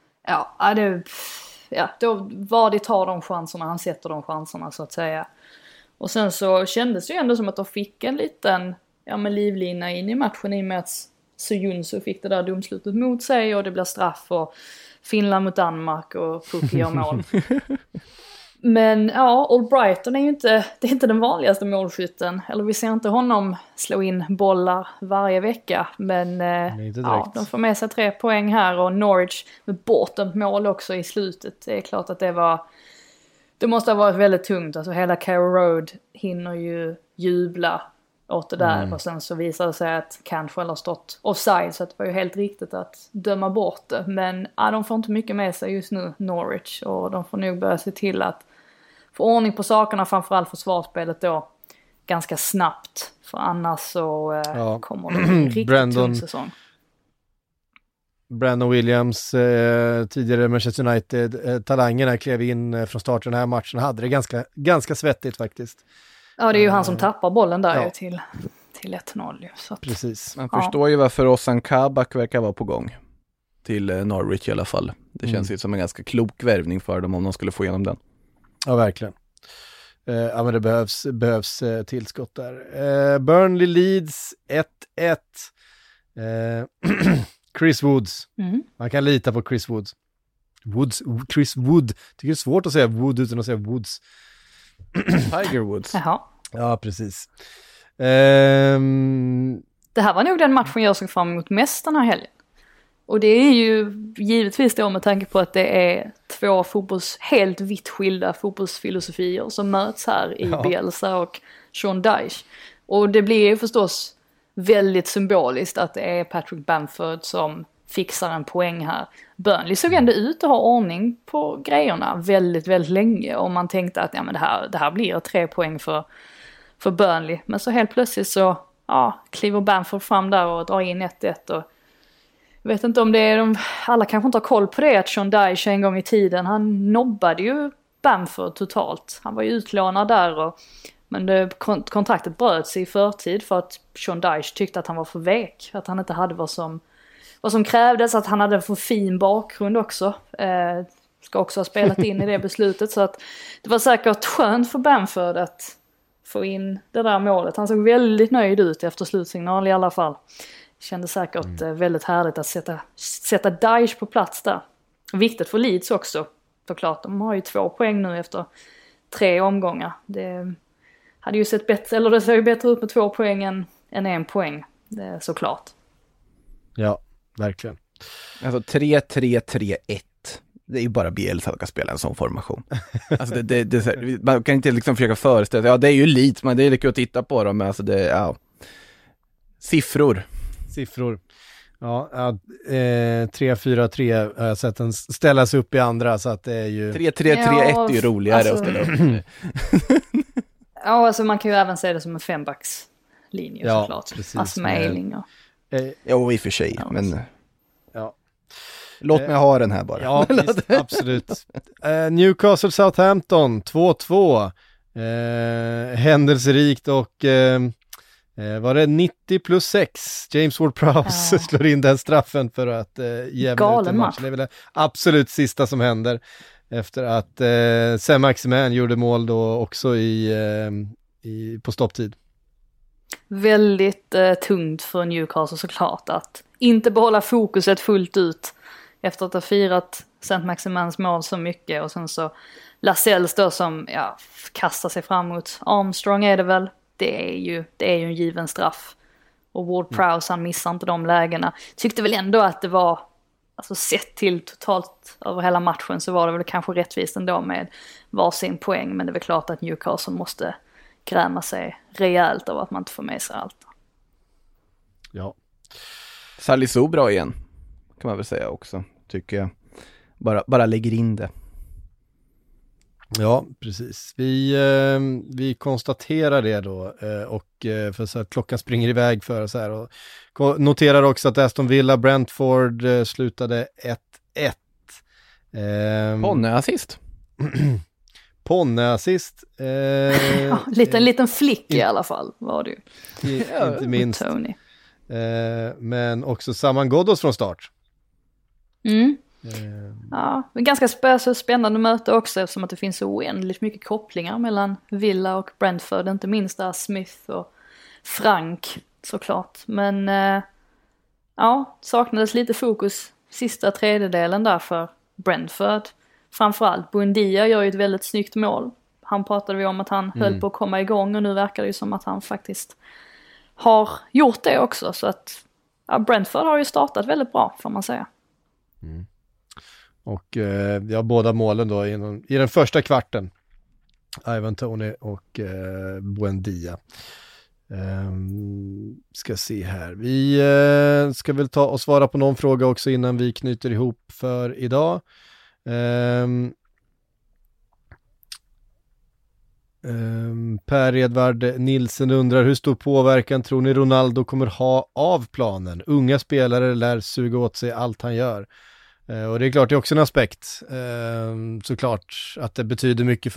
Speaker 5: då Vardy tar de chanserna, han sätter de chanserna så att säga. Och sen så kändes det ju ändå som att de fick en liten livlina in i matchen i och med att Sojunsu fick det där domslutet mot sig, och det blir straff och Finland mot Danmark och Pukki gör mål. Men Albrighton det är inte den vanligaste målskytten. Eller vi ser inte honom slå in bollar varje vecka. Men de får med sig 3 poäng här, och Norwich med bortdömt mål också i slutet. Det är klart att det måste ha varit väldigt tungt. Alltså hela Carrow Road hinner ju jubla åt det där. Och sen så visar det sig att Cantwell har stått offside, så det var ju helt riktigt att döma bort det. Men de får inte mycket med sig just nu, Norwich. Och de får nog börja se till att få ordning på sakerna, framförallt försvarsspelet då, ganska snabbt. För annars så kommer det en riktigt tung säsong.
Speaker 3: Brandon Williams, tidigare Manchester United-talangerna, klev in från starten den här matchen. Hade det ganska svettigt faktiskt.
Speaker 5: Ja, det är ju han som tappar bollen där till 1-0. Så att,
Speaker 3: precis.
Speaker 4: Man förstår ju varför Ozan Kabak verkar vara på gång till Norwich i alla fall. Det känns ju som en ganska klok värvning för dem om de skulle få igenom den.
Speaker 3: Ja, verkligen. Men det behövs tillskott där. Burnley Leeds 1-1. Chris Woods. Man kan lita på Chris Woods. Chris Wood. Tycker det är svårt att säga Wood utan att säga Woods.
Speaker 4: Tiger Woods.
Speaker 5: Jaha.
Speaker 3: Ja, precis.
Speaker 5: Det här var nog den matchen jag såg fram emot mest den här helgen. Och det är ju givetvis då med tanke på att det är två helt vitt skilda fotbollsfilosofier som möts här i Bielsa och Sean Dyche. Och det blir ju förstås väldigt symboliskt att det är Patrick Bamford som fixar en poäng här. Burnley såg ändå ut att ha ordning på grejerna väldigt, väldigt länge. Och man tänkte att men det här blir 3 poäng för Burnley. Men så helt plötsligt så kliver Bamford fram där och drar in 1-1. Och jag vet inte om det är alla kanske inte har koll på det, att Sean Dyche en gång i tiden, han nobbade ju Bamford totalt. Han var ju utlånad där men kontraktet bröts i förtid för att Sean Dyche tyckte att han var för vek. Att han inte hade vad som krävdes, att han hade för fin bakgrund också. Ska också ha spelat in i det beslutet. Så att det var säkert skönt för Bamford att få in det där målet. Han såg väldigt nöjd ut efter slutsignal i alla fall. Kände säkert väldigt härligt att sätta Dyche på plats där. Viktigt för Leeds också. Såklart, de har ju 2 poäng nu efter 3 omgångar. Det hade ju sett bättre, eller det ser ju bättre ut med 2 poäng än 1 poäng. Det är såklart.
Speaker 3: Ja, verkligen.
Speaker 4: Alltså 3-3-3-1. Det är ju bara Bielsa som kan spela en sån formation. Alltså det är så här, man kan inte liksom försöka föreställa sig. Ja, det är ju Leeds, men det är lika att titta på dem. Men alltså Siffror.
Speaker 3: Ja, 3-4-3 har jag sett den ställas upp i andra, så att det är ju
Speaker 4: 3-3-3-1 är ju roligare att ställa upp.
Speaker 5: Ja, alltså man kan ju även säga det som en 5-backslinje såklart.
Speaker 3: Precis,
Speaker 5: alltså med Eiling och...
Speaker 4: Jo, i och för sig, men...
Speaker 3: Ja.
Speaker 4: Låt mig ha den här bara.
Speaker 3: Ja, visst, absolut. Newcastle Southampton 2-2. Händelserikt och var det 90+6? James Ward-Prowse slår in den straffen för att jämna ut en match. Det är väl det absolut sista som händer efter att Saint-Maximin gjorde mål då också på stopptid.
Speaker 5: Väldigt tungt för Newcastle såklart att inte behålla fokuset fullt ut efter att ha firat Saint-Maximins mål så mycket, och sen så Lascelles då som kastar sig fram mot Armstrong är det väl. Det är ju en given straff. Och Ward-Prowse han missar inte de lägena. Tyckte väl ändå att det var, alltså sett till totalt över hela matchen så var det väl kanske rättvist ändå med varsin poäng. Men det är väl klart att Newcastle måste gräma sig rejält av att man inte får med sig allt.
Speaker 3: Ja.
Speaker 4: Salisu bra igen, kan man väl säga också, tycker jag. Bara lägger in det.
Speaker 3: Ja, precis. Vi konstaterar det då och för så att klockan springer iväg för oss här, och noterar också att Aston Villa Brentford slutade 1-1.
Speaker 5: Ponne-assist.
Speaker 3: Ponne-assist.
Speaker 5: Liten flick i alla fall var det ju.
Speaker 3: Inte minst.
Speaker 5: Tony.
Speaker 3: Men också Saman Ghoddos från start.
Speaker 5: Ja, ganska spännande möte också, eftersom att det finns så oändligt mycket kopplingar mellan Villa och Brentford, inte minst där Smith och Frank såklart. Men saknades lite fokus sista tredjedelen där för Brentford. Framförallt Buendia gör ju ett väldigt snyggt mål. Han pratade vi om att han höll på att komma igång, och nu verkar det ju som att han faktiskt har gjort det också. Så att Brentford har ju startat väldigt bra, får man säga.
Speaker 3: Och båda målen då i den första kvarten. Ivan Toney och Buendia. Ska se här. Vi ska väl ta och svara på någon fråga också innan vi knyter ihop för idag. Per Edvard Nilsen undrar: hur stor påverkan tror ni Ronaldo kommer ha av planen? Unga spelare lär suga åt sig allt han gör. Och det är klart, det är också en aspekt. Såklart att det betyder mycket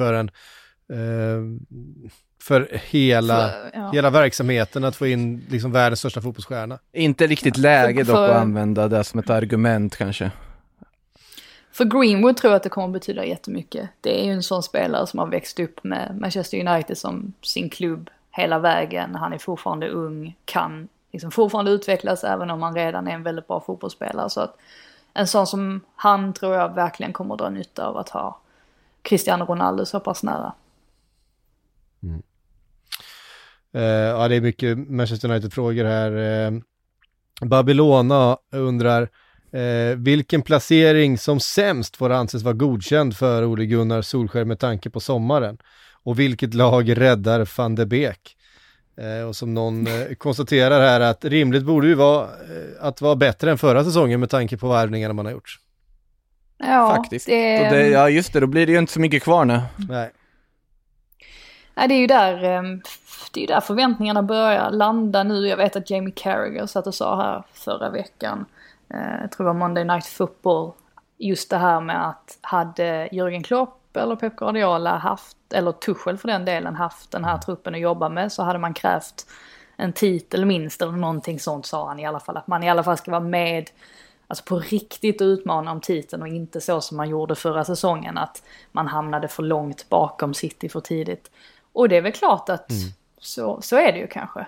Speaker 3: för hela verksamheten att få in liksom världens största fotbollsstjärna.
Speaker 4: Inte riktigt läge dock att använda det som ett argument kanske.
Speaker 5: För Greenwood tror jag att det kommer betyda jättemycket. Det är ju en sån spelare som har växt upp med Manchester United som sin klubb hela vägen. Han är fortfarande ung, kan liksom fortfarande utvecklas även om han redan är en väldigt bra fotbollsspelare. Så att en sån som han tror jag verkligen kommer att dra nytta av att ha Cristiano Ronaldo så pass nära.
Speaker 3: Ja, det är mycket Manchester United-frågor här. Babylona undrar vilken placering som sämst får anses vara godkänd för Ole Gunnar Solskjær med tanke på sommaren? Och vilket lag räddar van de Beek? Och som någon konstaterar här att rimligt borde ju vara att vara bättre än förra säsongen med tanke på värvningarna man har gjort.
Speaker 5: Ja,
Speaker 4: faktiskt. Ja, just det, då blir det ju inte så mycket kvar nu.
Speaker 3: Nej.
Speaker 5: Nej, det är ju där förväntningarna börjar landa nu. Jag vet att Jamie Carragher satt och sa här förra veckan, jag tror det var Monday Night Football, just det här med att hade Jürgen Klopp eller Pep Guardiola haft, eller Tuchel för den delen, haft den här truppen att jobba med, så hade man krävt en titel minst eller någonting sånt, sa han i alla fall. Att man i alla fall ska vara med, alltså på riktigt utmana om titeln och inte så som man gjorde förra säsongen, att man hamnade för långt bakom City för tidigt. Och det är väl klart att så är det ju kanske.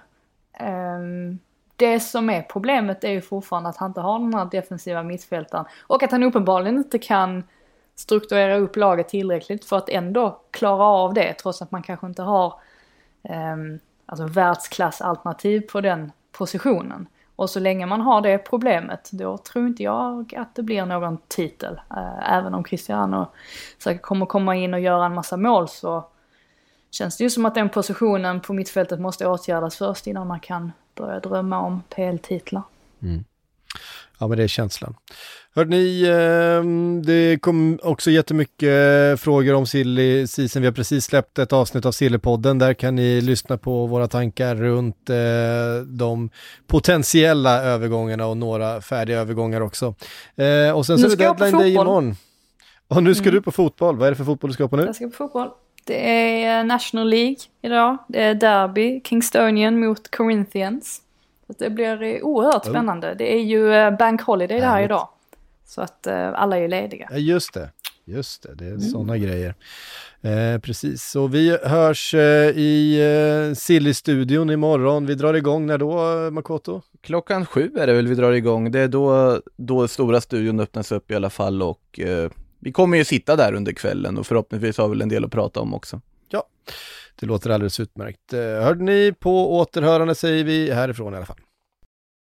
Speaker 5: Det som är problemet är ju fortfarande att han inte har den här defensiva mittfältaren och att han uppenbarligen inte kan strukturera upp laget tillräckligt för att ändå klara av det, trots att man kanske inte har alltså världsklassalternativ på den positionen. Och så länge man har det problemet, då tror inte jag att det blir någon titel. Även om Cristiano säkert kommer komma in och göra en massa mål, så känns det ju som att den positionen på mittfältet måste åtgärdas först innan man kan börja drömma om PL-titlar.
Speaker 3: Mm. Ja, men det är känslan. Hörde ni, det kom också jättemycket frågor om Silly Season. Vi har precis släppt ett avsnitt av Sillypodden. Där kan ni lyssna på våra tankar runt de potentiella övergångarna och några färdiga övergångar också. Och sen så är det deadline day imorgon. Och nu ska du på fotboll. Vad är det för fotboll du ska på nu?
Speaker 5: Jag ska på fotboll. Det är National League idag. Det är derby, Kingstonian mot Corinthians. Så det blir oerhört spännande. Det är ju Bank Holiday det här idag. Så att alla är ju lediga.
Speaker 3: Ja, just det. Det är sådana grejer. Precis, så vi hörs i Silly-studion imorgon. Vi drar igång när då, Makoto?
Speaker 4: 7:00 är det väl vi drar igång. Det är då stora studion öppnas upp i alla fall, och vi kommer ju sitta där under kvällen och förhoppningsvis har väl en del att prata om också.
Speaker 3: Ja, det låter alldeles utmärkt. Hörde ni på återhörande, säger vi härifrån i alla fall.